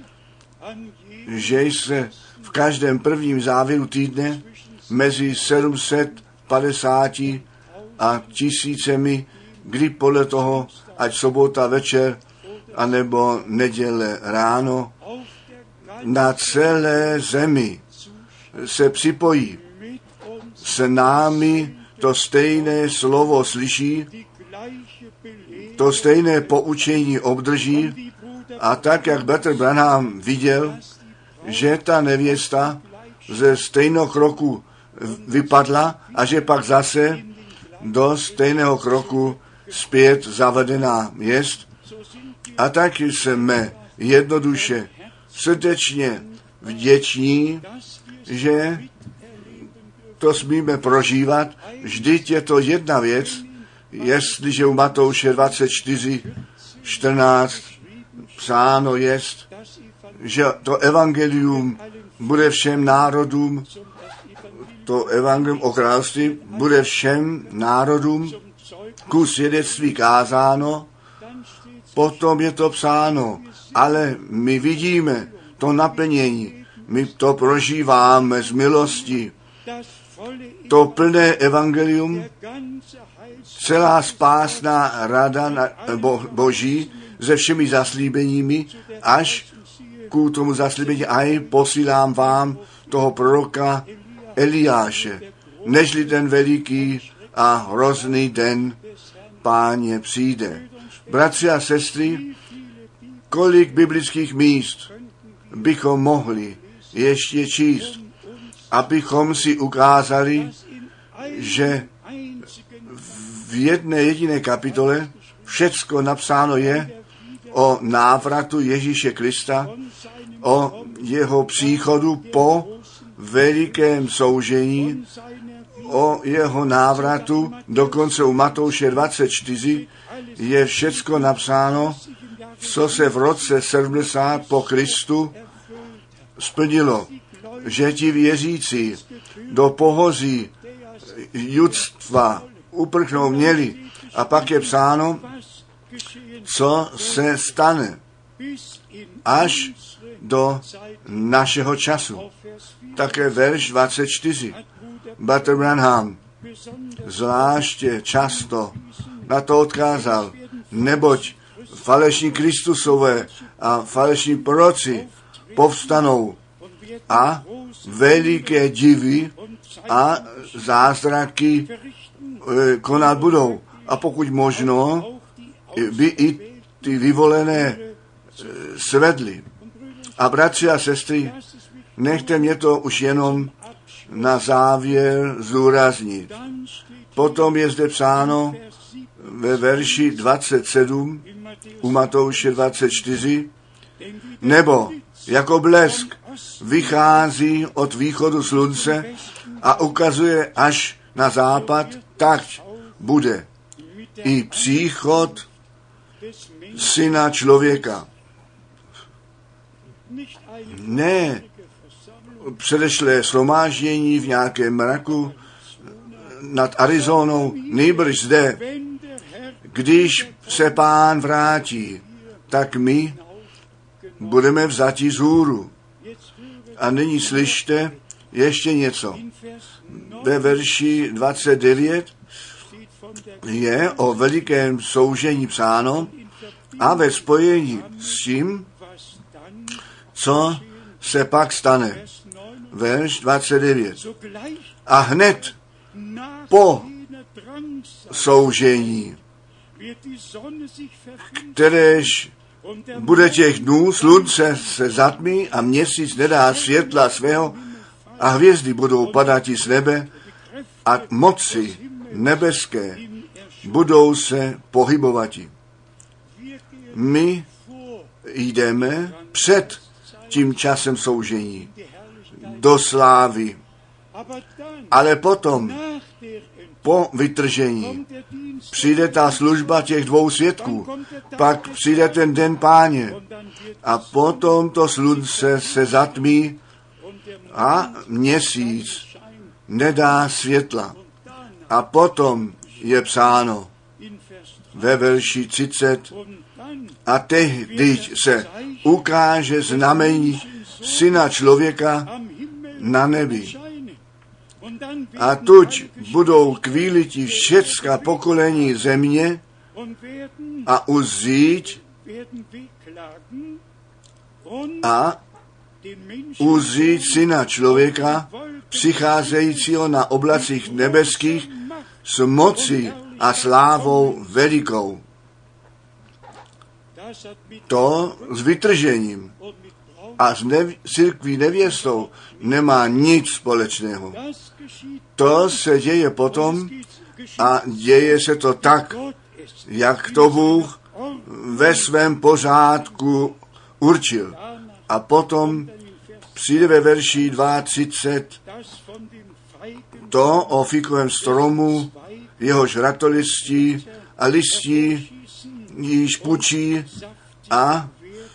Že se v každém prvním závěru týdne mezi sedm set padesáti a tisícemi, kdy podle toho, ať sobota večer, anebo neděle ráno, na celé zemi se připojí s námi, to stejné slovo slyší, to stejné poučení obdrží a tak, jak Bratr Branham viděl, že ta nevěsta ze stejného kroku vypadla a že pak zase do stejného kroku zpět zavedená jest. A tak jsme jednoduše srdečně vděční, že to smíme prožívat. Vždyť je to jedna věc, jestliže u Matouše dvacet čtyři čtrnáct psáno jest, že to evangelium bude všem národům, to evangelium o království bude všem národům ku svědectví kázáno, potom je to psáno, ale my vidíme to naplnění, my to prožíváme z milosti, to plné evangelium, celá spásná rada na, bo, Boží se všemi zaslíbeními, až ku tomu zaslíbení, aj posílám vám toho proroka Eliáše, nežli ten veliký a hrozný den Páně přijde. Bratři a sestry, kolik biblických míst bychom mohli ještě číst, abychom si ukázali, že v jedné jediné kapitole všecko napsáno je o návratu Ježíše Krista, o jeho příchodu po velikém soužení, o jeho návratu, dokonce u Matouše dvacet čtyři je všecko napsáno, co se v roce sedmdesát po Kristu splnilo, že ti věřící do pohoří judstva uprchnou měli. A pak je psáno, co se stane až do našeho času. Také verš dvacet čtyři. Brother Branham zvláště často na to odkázal, neboť falešní Kristusové a falešní proroci povstanou a veliké divy a zázraky e, konat budou. A pokud možno, by i ty vyvolené e, svedli. A bratři a sestry, nechte mě to už jenom na závěr zdůraznit. Potom je zde psáno ve verši dvacet sedm u Matouše dvacet čtyři, nebo jako blesk vychází od východu slunce a ukazuje až na západ, tak bude i příchod Syna člověka. Ne předešlé shromáždění v nějakém mraku nad Arizonou, nejbrž zde, když se Pán vrátí, tak my budeme vzati z hůru. A nyní slyšte ještě něco. Ve verši dvacet devět je o velikém soužení psáno a ve spojení s tím, co se pak stane. Verš dvacet devět. A hned po soužení, kteréž bude těch dnů, slunce se zatmí a měsíc nedá světla svého a hvězdy budou padat z nebe a moci nebeské budou se pohybovat. My jdeme před tím časem soužení do slávy, ale potom po vytržení přijde ta služba těch dvou svědků, pak přijde ten den Páně a potom to slunce se zatmí a měsíc nedá světla. A potom je psáno ve verši třicet, a tehdy se ukáže znamení Syna člověka na nebi. A tuď budou kvíliti všecka pokolení země a uzřít a uzřít Syna člověka přicházejícího na oblacích nebeských s mocí a slávou velikou. To s vytržením a s nev- církví nevěstou nemá nic společného. To se děje potom a děje se to tak, jak to Bůh ve svém pořádku určil. A potom přijde ve verši třicet dva to o fikovém stromu, jehož ratolistí a listí již pučí a,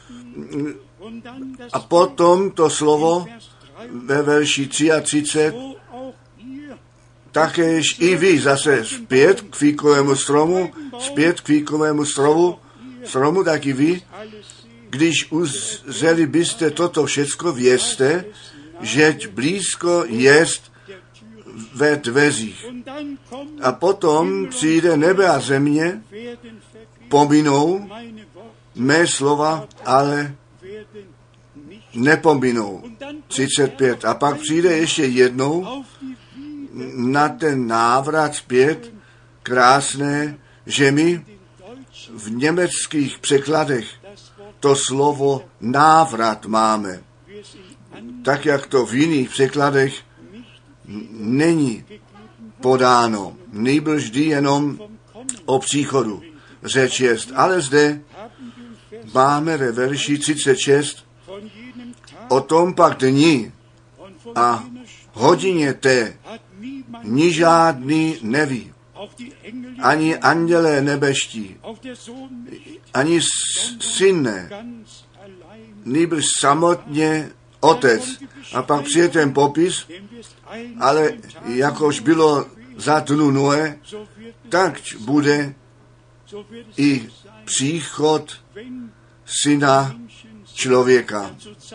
a potom to slovo ve verši třicet tři takéž i vy zase zpět k fíkovému stromu, zpět k fíkovému stromu, stromu, tak i vy, když uzřeli byste toto všecko, vězte, že blízko jest ve dveřích. A potom přijde nebe a země, pominou mé slova, ale nepominou. třicet pět. A pak přijde ještě jednou na ten návrat zpět krásné, že my v německých překladech to slovo návrat máme. Tak, jak to v jiných překladech není podáno. Nejbrž vždy jenom o příchodu řeč jest. Ale zde máme ve verši třicet šest, o tom pak dni a hodině té ni žádný neví, ani andělé nebeští, ani syn ne, nýbrž samotně Otec. A pak přijde ten popis, ale jakož bylo za dnu Noe, tak bude i příchod syna člověka.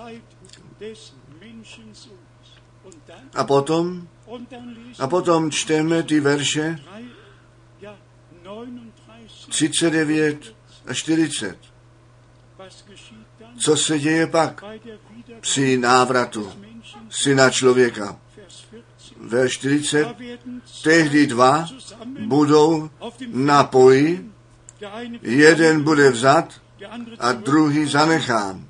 A potom, a potom čteme ty verše třicet devět a čtyřicet. Co se děje pak při návratu syna člověka? Verš čtyřicet. Tehdy dva budou na poji, jeden bude vzat a druhý zanechán.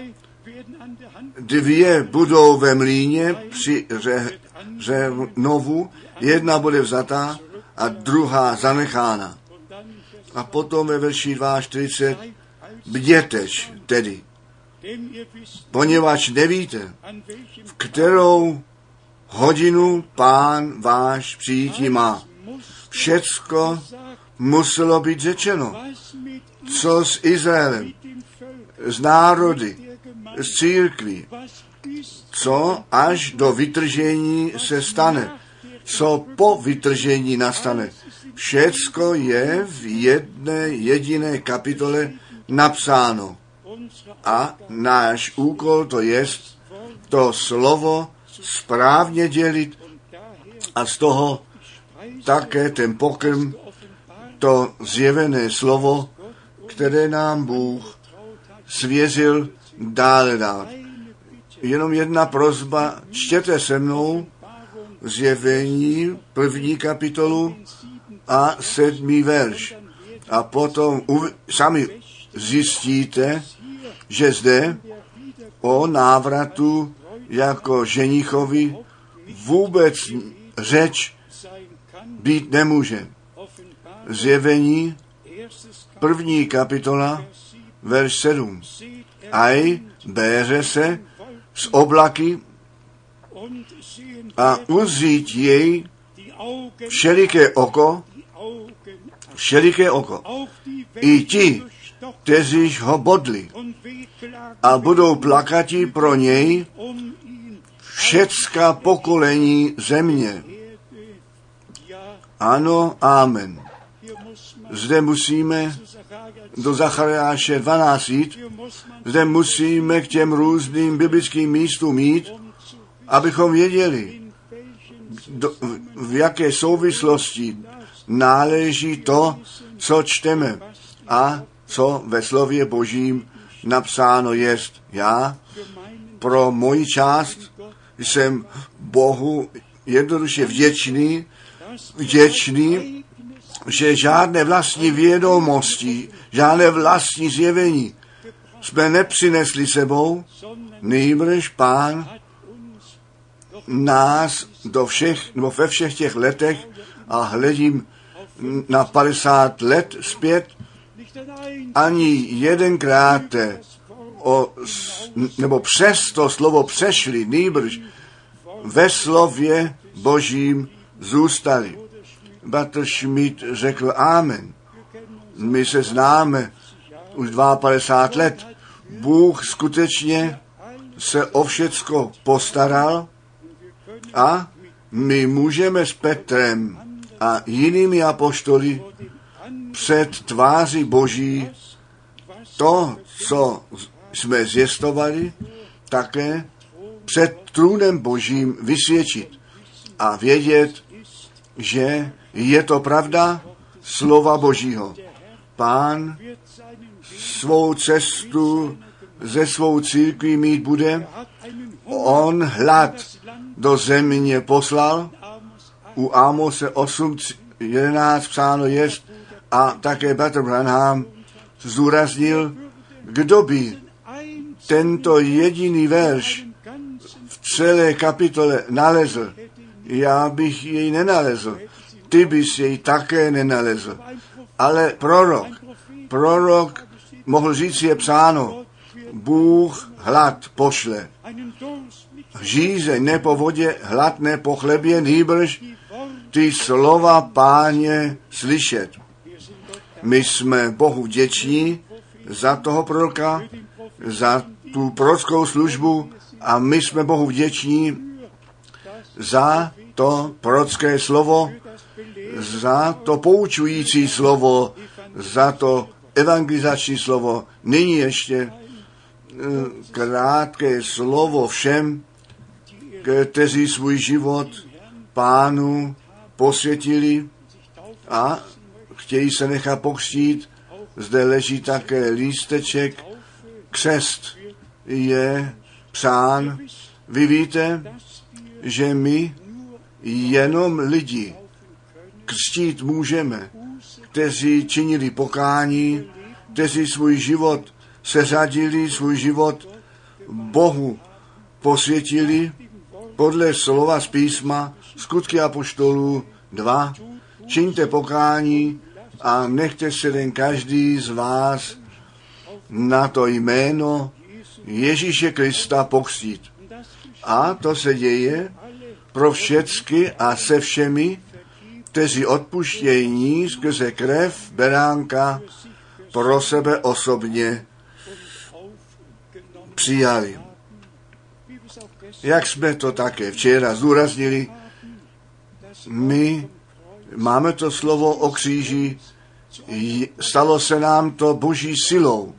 Dvě budou ve mlýně při řevnovu, jedna bude vzatá a druhá zanechána. A potom ve verši čtyřicet dva. Bdětež tedy, poněvadž nevíte, v kterou hodinu Pán váš přijítí má. Všecko muselo být řečeno. Co s Izraelem, z národy, z církví, co až do vytržení se stane, co po vytržení nastane. Všecko je v jedné jediné kapitole napsáno. A náš úkol to je to slovo správně dělit a z toho také ten pokrm, to zjevené slovo, které nám Bůh svěřil, dále dát. Jenom jedna prosba, čtěte se mnou Zjevení, první kapitolu a sedmý verš. A potom uv- sami zjistíte, že zde o návratu jako ženichovi vůbec řeč být nemůže. Zjevení, první kapitola, verš sedm. Aj béře se z oblaky a uzít jej všeliké oko, všeliké oko. I ti, kteříž ho bodli a budou plakati pro něj všecka pokolení země. Ano, amen. Zde musíme do Zachariáše dvanáct jít, zde musíme k těm různým biblickým místům jít, abychom věděli, do, v jaké souvislosti náleží to, co čteme a co ve slově Božím napsáno jest. Já pro moji část jsem Bohu jednoduše vděčný, vděčný, že žádné vlastní vědomosti, žádné vlastní zjevení jsme nepřinesli sebou, nýbrž Pán nás do všech, nebo ve všech těch letech, a hledím na padesát let zpět, ani jedenkrát o, nebo přes to slovo přešli, nýbrž ve slově Božím zůstali. Bratr Schmidt řekl amen. My se známe už padesát dva let. Bůh skutečně se o všecko postaral a my můžeme s Petrem a jinými apoštoly před tváří Boží to, co jsme zjistovali, také před trůnem Božím vysvědčit a vědět, že je to pravda slova Božího. Pán svou cestu ze svou církví mít bude. On hlad do země poslal. U Ámose osm jedenáct psáno jest a také Bratr Branham zdůraznil, kdo by tento jediný verš v celé kapitole nalezl. Já bych jej nenalezl. Ty bys jej také nenalezl. Ale prorok, prorok mohl říct, je psáno, Bůh hlad pošle. Žízeň ne po vodě, hlad ne po chlebě, nýbrž ty slova Páně slyšet. My jsme Bohu vděční za toho proroka, za tu prorockou službu a my jsme Bohu vděční za to prorocké slovo, za to poučující slovo, za to evangelizační slovo. Nyní ještě krátké slovo všem, kteří svůj život Pánu posvětili a chtějí se nechat pokřtít. Zde leží také lísteček. Křest je psán. Vy víte, že my jenom lidi křtít můžeme, kteří činili pokání, kteří svůj život seřadili, svůj život Bohu posvětili podle slova z písma, Skutky apoštolů dva. Čiňte pokání a nechte se ten každý z vás na to jméno Ježíše Krista pokřtít. A to se děje pro všecky a se všemi, kteří odpuštění skrze krev beránka pro sebe osobně přijali. Jak jsme to také včera zdůraznili, my máme to slovo o kříži, stalo se nám to Boží silou.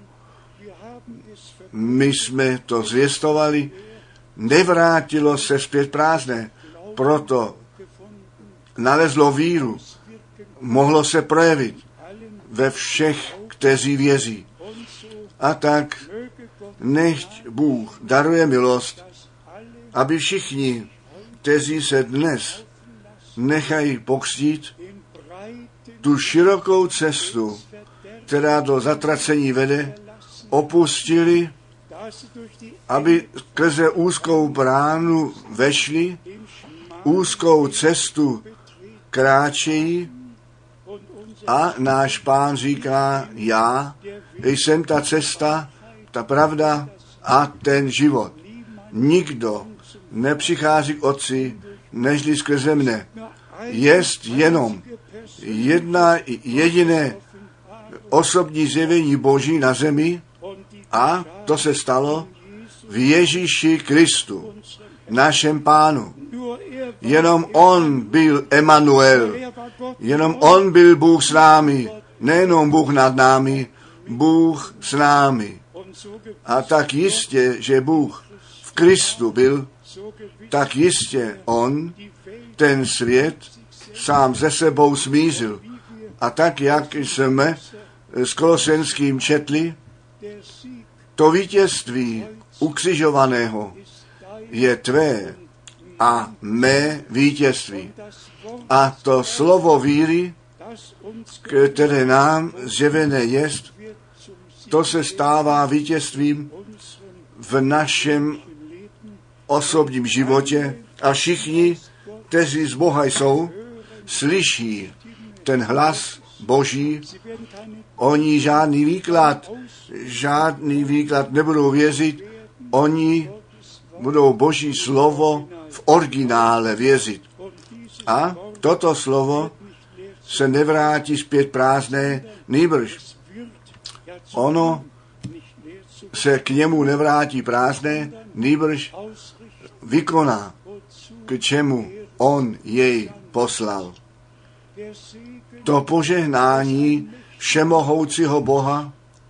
My jsme to zvěstovali, nevrátilo se zpět prázdné, proto nalezlo víru, mohlo se projevit ve všech, kteří věří. A tak nechť Bůh daruje milost, aby všichni, kteří se dnes nechají pokřtít, tu širokou cestu, která do zatracení vede, opustili, aby skrze úzkou bránu vešli, úzkou cestu kráčejí a náš Pán říká, já jsem ta cesta, ta pravda a ten život. Nikdo nepřichází k Otci, nežli skrze mne. Jest jenom jedna jediné osobní zjevení Boží na zemi a to se stalo v Ježíši Kristu, našem Pánu. Jenom on byl Emanuel, jenom on byl Bůh s námi, nejenom Bůh nad námi, Bůh s námi. A tak jistě, že Bůh v Kristu byl, tak jistě on ten svět sám ze sebou smířil. A tak, jak jsme s Kolosenským četli, to vítězství ukřižovaného je tvé a mé vítězství. A to slovo víry, které nám zjevené jest, to se stává vítězstvím v našem osobním životě a všichni, kteří z Boha jsou, slyší ten hlas Boží, oni žádný výklad, žádný výklad nebudou věřit, oni budou Boží slovo v originále věřit. A toto slovo se nevrátí zpět prázdné, nýbrž ono se k němu nevrátí prázdné, nýbrž vykoná, k čemu on jej poslal. To požehnání všemohoucího Boha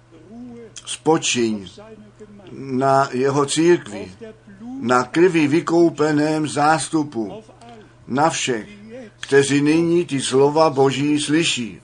spočiň na jeho církvi, na krvi vykoupeném zástupu, na všech, kteří nyní ty slova Boží slyší.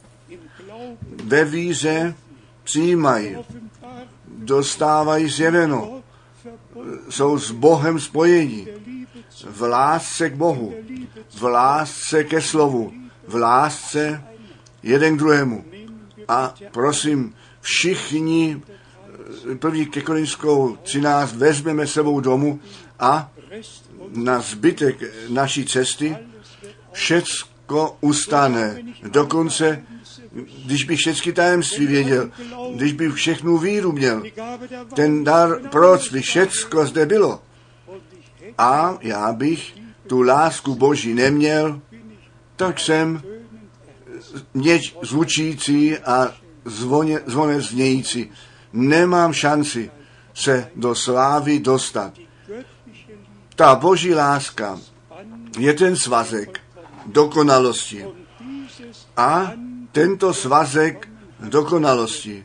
Ve víře přijímají, dostávají zjeveno, jsou s Bohem spojeni, v lásce k Bohu, v lásce ke slovu, v lásce jeden k druhému. A prosím, všichni první ke Korinskou třináct vezmeme sebou domů a na zbytek naší cesty všecko všecko ustane. Dokonce, když bych všechny tajemství věděl, když bych všechnu víru měl, ten dar proč by všecko zde bylo. A já bych tu lásku Boží neměl, tak jsem měč zvučící a zvoně, zvonec znějící. Nemám šanci se do slávy dostat. Ta Boží láska je ten svazek dokonalosti. A tento svazek dokonalosti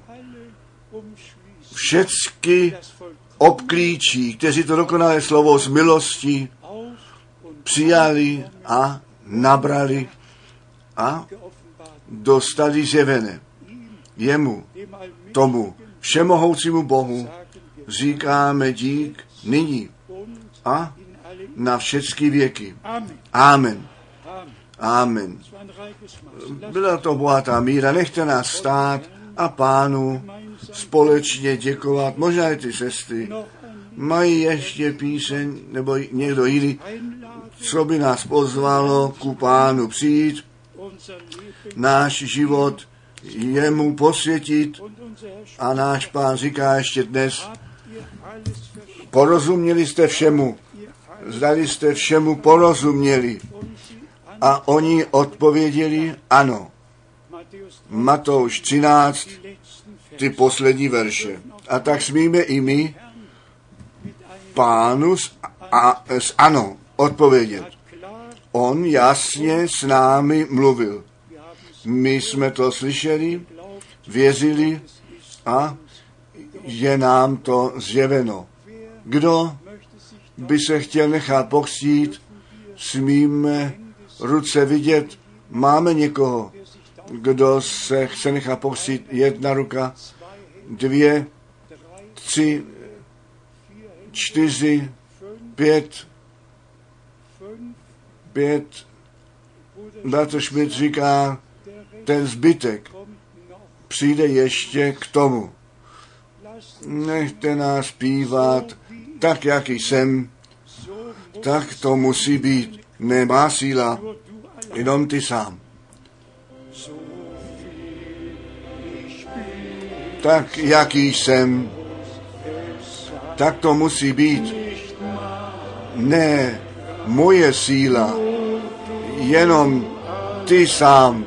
všecky obklíčí, kteří to dokonalé slovo z milosti přijali a nabrali a dostali zjevené. Jemu, tomu všemohoucímu Bohu, říkáme dík nyní a na všechny věky. Amen. Amen. Byla to bohatá míra, nechte nás stát a Pánu společně děkovat. Možná i ty sestry mají ještě píseň nebo někdo jiný, co by nás pozvalo ku Pánu přijít, náš život jemu posvětit a náš Pán říká ještě dnes, porozuměli jste všemu, zdali jste všemu porozuměli. A oni odpověděli ano. Matouš třináct, ty poslední verše. A tak smíme i my Pánu s, a, s ano odpovědět. On jasně s námi mluvil. My jsme to slyšeli, věřili a je nám to zjeveno. Kdo by se chtěl nechat pokřtít, smíme ruce vidět. Máme někoho, kdo se chce nechat pokřtít. Jedna ruka, dvě, tři, čtyři, pět, pět. Bratr Schmidt říká, ten zbytek přijde ještě k tomu. Nechte nás zpívat, tak jak jsem, tak to musí být. Nemá síla, jenom ty sám. Tak jaký jsem, tak to musí být. Ne moje síla, jenom ty sám.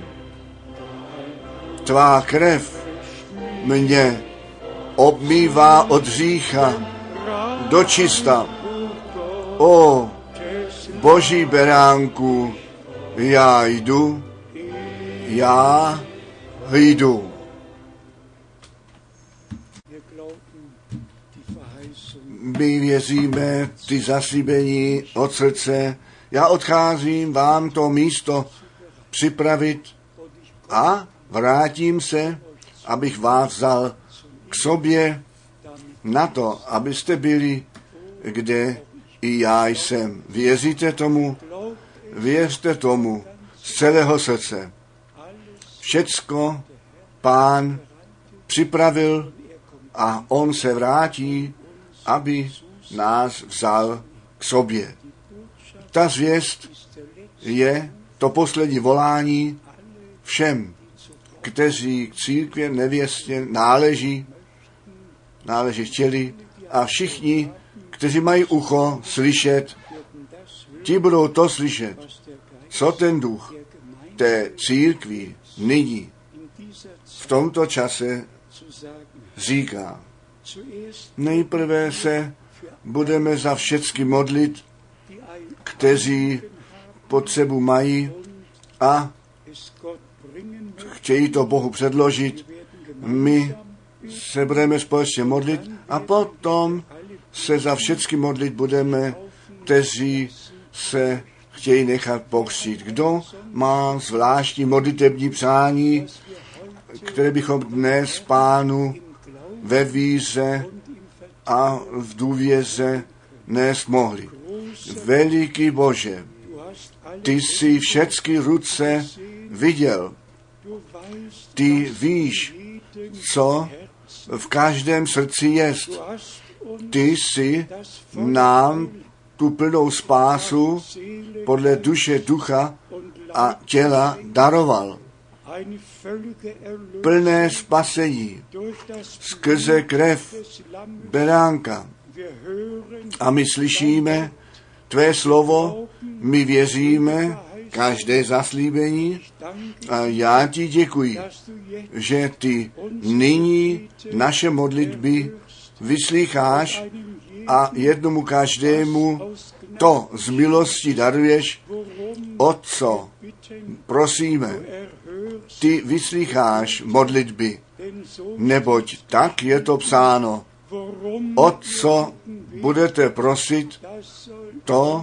Tvá krev mě obmývá od hřícha do čista. O Boží beránku, já jdu, já jdu. My věříme ty zaslíbení od srdce. Já odcházím vám to místo připravit a vrátím se, abych vás vzal k sobě na to, abyste byli, kde i já jsem. Věříte tomu? Věřte tomu z celého srdce. Všecko Pán připravil a on se vrátí, aby nás vzal k sobě. Ta zvěst je to poslední volání všem, kteří k církvi nevěstě náleží, náleží chtěli a všichni, kteří mají ucho slyšet, ti budou to slyšet, co ten duch té církvi nyní v tomto čase říká. Nejprve se budeme za všechny modlit, kteří potřebu mají a chtějí to Bohu předložit. My se budeme společně modlit a potom se za všechny modlit budeme, kteří se chtějí nechat pokřtít. Kdo má zvláštní modlitební přání, které bychom dnes Pánu ve víře a v důvěře nést mohli. Veliký Bože, ty jsi všechny ruce viděl. Ty víš, co v každém srdci jest. Ty jsi nám tu plnou spásu podle duše, ducha a těla daroval. Plné spasení skrze krev beránka. A my slyšíme tvé slovo, my věříme každé zaslíbení a já ti děkuji, že ty nyní naše modlitby vyslýcháš a jednomu každému to z milosti daruješ, o co prosíme. Ty vyslýcháš modlitby, neboť tak je to psáno. O co budete prosit, to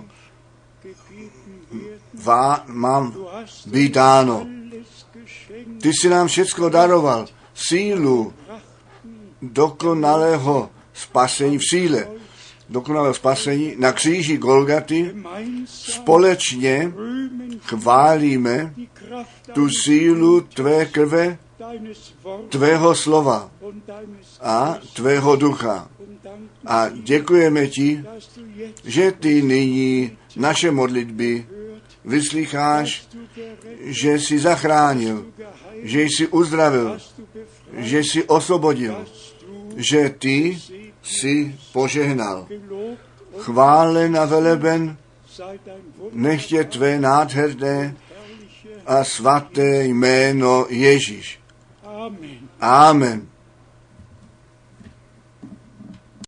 vám mám být dáno. Ty jsi nám všecko daroval, sílu dokonalého spasení v síle, dokonalého spasení na kříži Golgaty. Společně chválíme tu sílu tvé krve, tvého slova a tvého ducha. A děkujeme ti, že ty nyní naše modlitby vyslýcháš, že jsi zachránil, že jsi uzdravil, že jsi osvobodil, že ty jsi požehnal. Chválen a veleben nechtě tvé nádherné a svaté jméno Ježíš. Amen.